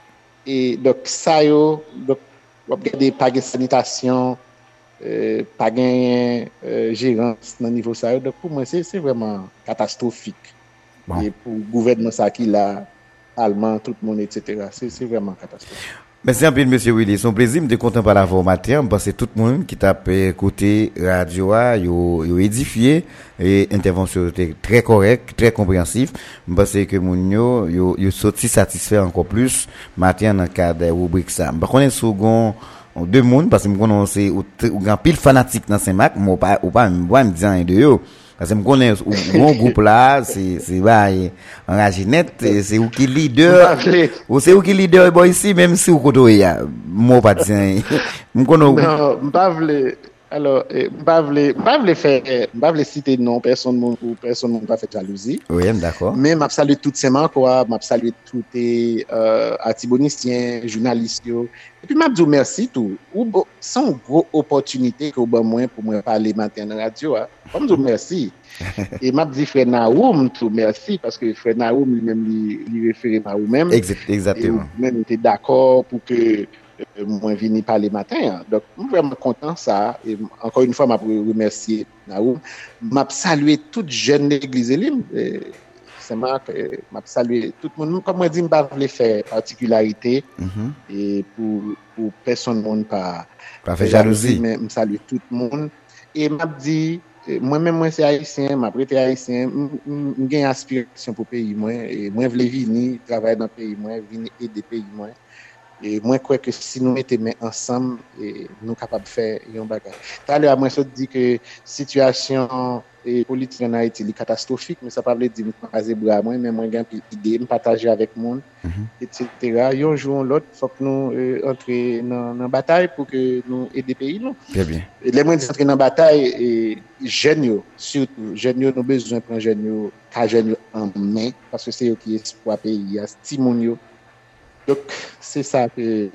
Et donc ça yo donc on regarder pas de sanitation euh, pas gain euh, gérance dans niveau ça donc pour moi c'est c'est vraiment catastrophique. Bon. Et pour le gouvernement ça qui là allemand tout le monde et cetera c'est c'est vraiment catastrophique. Merci un peu monsieur Willy, son plaisir de content par la voix matin parce que tout le monde qui t'a écouté radio a yo yo édifié et intervention était très correcte, très compréhensif parce que moun yo yo yo sorti satisfait encore plus matin dans cadre rubrique ça. Par contre second deux monde parce que me connais c'est ou grand pile fanatique dans Saint-Marc, moi pas ou pas moi me dire de yo parce que me connais mon groupe là c'est c'est bah enragé net c'est où qui leader ou c'est où qui leader boy ici même si ou koto ya moi pas dire me connais non pas vle alors pas vle pas vle faire pas vle citer non personne ou personne pas fait jalousie oui d'accord mais m'a saluer toutes ces marques quoi m'a saluer tous les euh artiboniciens journalistes et puis m'a dit merci tout ou sans gros opportunité que bon moi pour moi parler matin dans radio comme dire merci et m'a dit frère Naoum tout merci parce que frère Naoum lui-même lui, lui référer à vous-même exactement même était d'accord pour que euh, moi venir parler matin donc je suis vraiment content ça et encore une fois m'a remercier Naoum m'a saluer toute jeune l'église Elim c'est moi m'a saluer tout le monde comme moi dit m'pas voulais faire particularité mm-hmm. et pour pour personne monde pas pas faire jalousie mais me saluer tout le monde et m'a dit moi-même moi c'est haïtien m'a prêté haïtien j'ai une aspiration pour pays moi et moi voulais venir travailler dans pays moi venir aider pays moi et moi crois que si nous mettons main ensemble et nous capable faire un bagage. Tout à l'heure moi je dis que situation et politique en Haïti est catastrophique mais ça pas veut dire me caser bras moi mais moi j'ai une idée me partager avec monde mm-hmm. et cetera. Un jour l'autre faut que nous euh, entrer dans dans bataille pour que nous aider pays nous. Très bien. Et les moyens d'entrer dans bataille et jeunes yo surtout jeunes yo nous besoin prendre jeunes yo ca jeunes yo en main parce que c'est eux qui espoir pays a stimon yo. Donc c'est ça que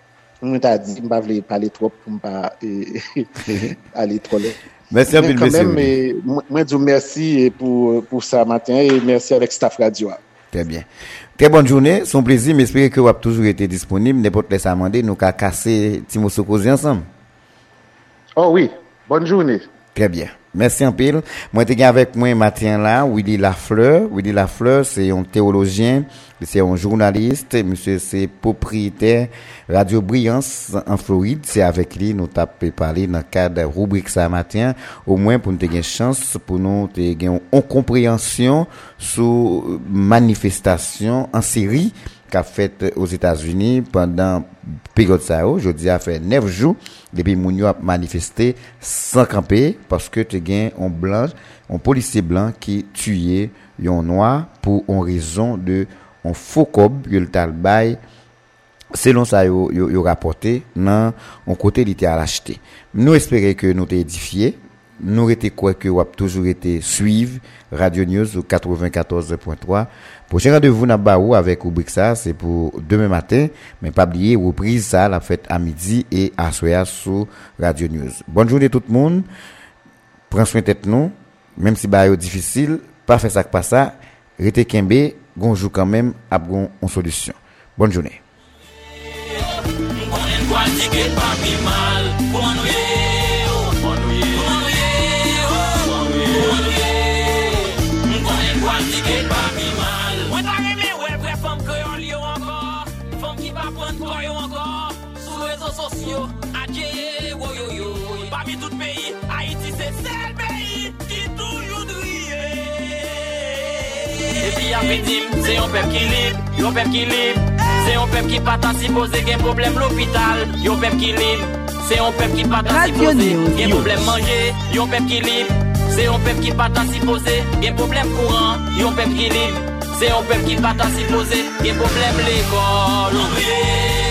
on t'a dit on va pas parler trop pour pas aller trop loin. Merci un peu monsieur. Mais moi dis merci pour pour ça matin et merci avec staff radio. Très bien. Très bonne journée, son plaisir, m'espérer que vous avez toujours été disponible n'importe laisse amender nous ca casser Timo Sokozi ensemble. Oh oui, bonne journée. Très bien. Merci en pile. Moi t'ai avec moi matin là Willy Lafleur. Willy Lafleur c'est un théologien, c'est un journaliste, monsieur c'est propriétaire Radio Brillance en Floride, c'est avec lui nous t'a parler dans cadre rubrique ça matin au moins pour nous te gagner chance pour nous te gagner en compréhension sur manifestation en série qu'a fait aux États-Unis pendant période ça aujourd'hui a fait neuf jours depuis Mounio a manifesté sans camper parce que tu gain un blanc un policier blanc qui tué un noir pour une raison de un faux cob que le talbay selon ça yo yo, yo rapporté dans un côté il était à l'acheter nous espérer que nous t'ai édifié nous était quoi que vous avez toujours été suivre Radio News au quatre-vingt-quatorze point trois. Prochain rendez-vous na baou avec rubrique ça c'est pour demain matin mais pas oublier reprise ça la fête à midi et à soir sur Radio News. Bonne journée tout le monde. Prends soin tête nous même si ba yo difficile pas faire ça que pas ça rete kembe gonjou quand même a gon en solution. Bonne journée. Get by me, man. Parmi tout pays, Haïti c'est seul pays qui toujours brille. Et puis après dit, c'est un peuple qui libre, un peuple qui libre. C'est un peuple qui pas supposé qu'il y a un problème l'hôpital. Un peuple qui libre. C'est un peuple qui pas supposé qu'il y a un problème manger. Un peuple qui libre. C'est un peuple qui pas supposé qu'il y a un problème courant. Un peuple qui libre. C'est un peuple qui pas supposé qu'il y a un problème l'école.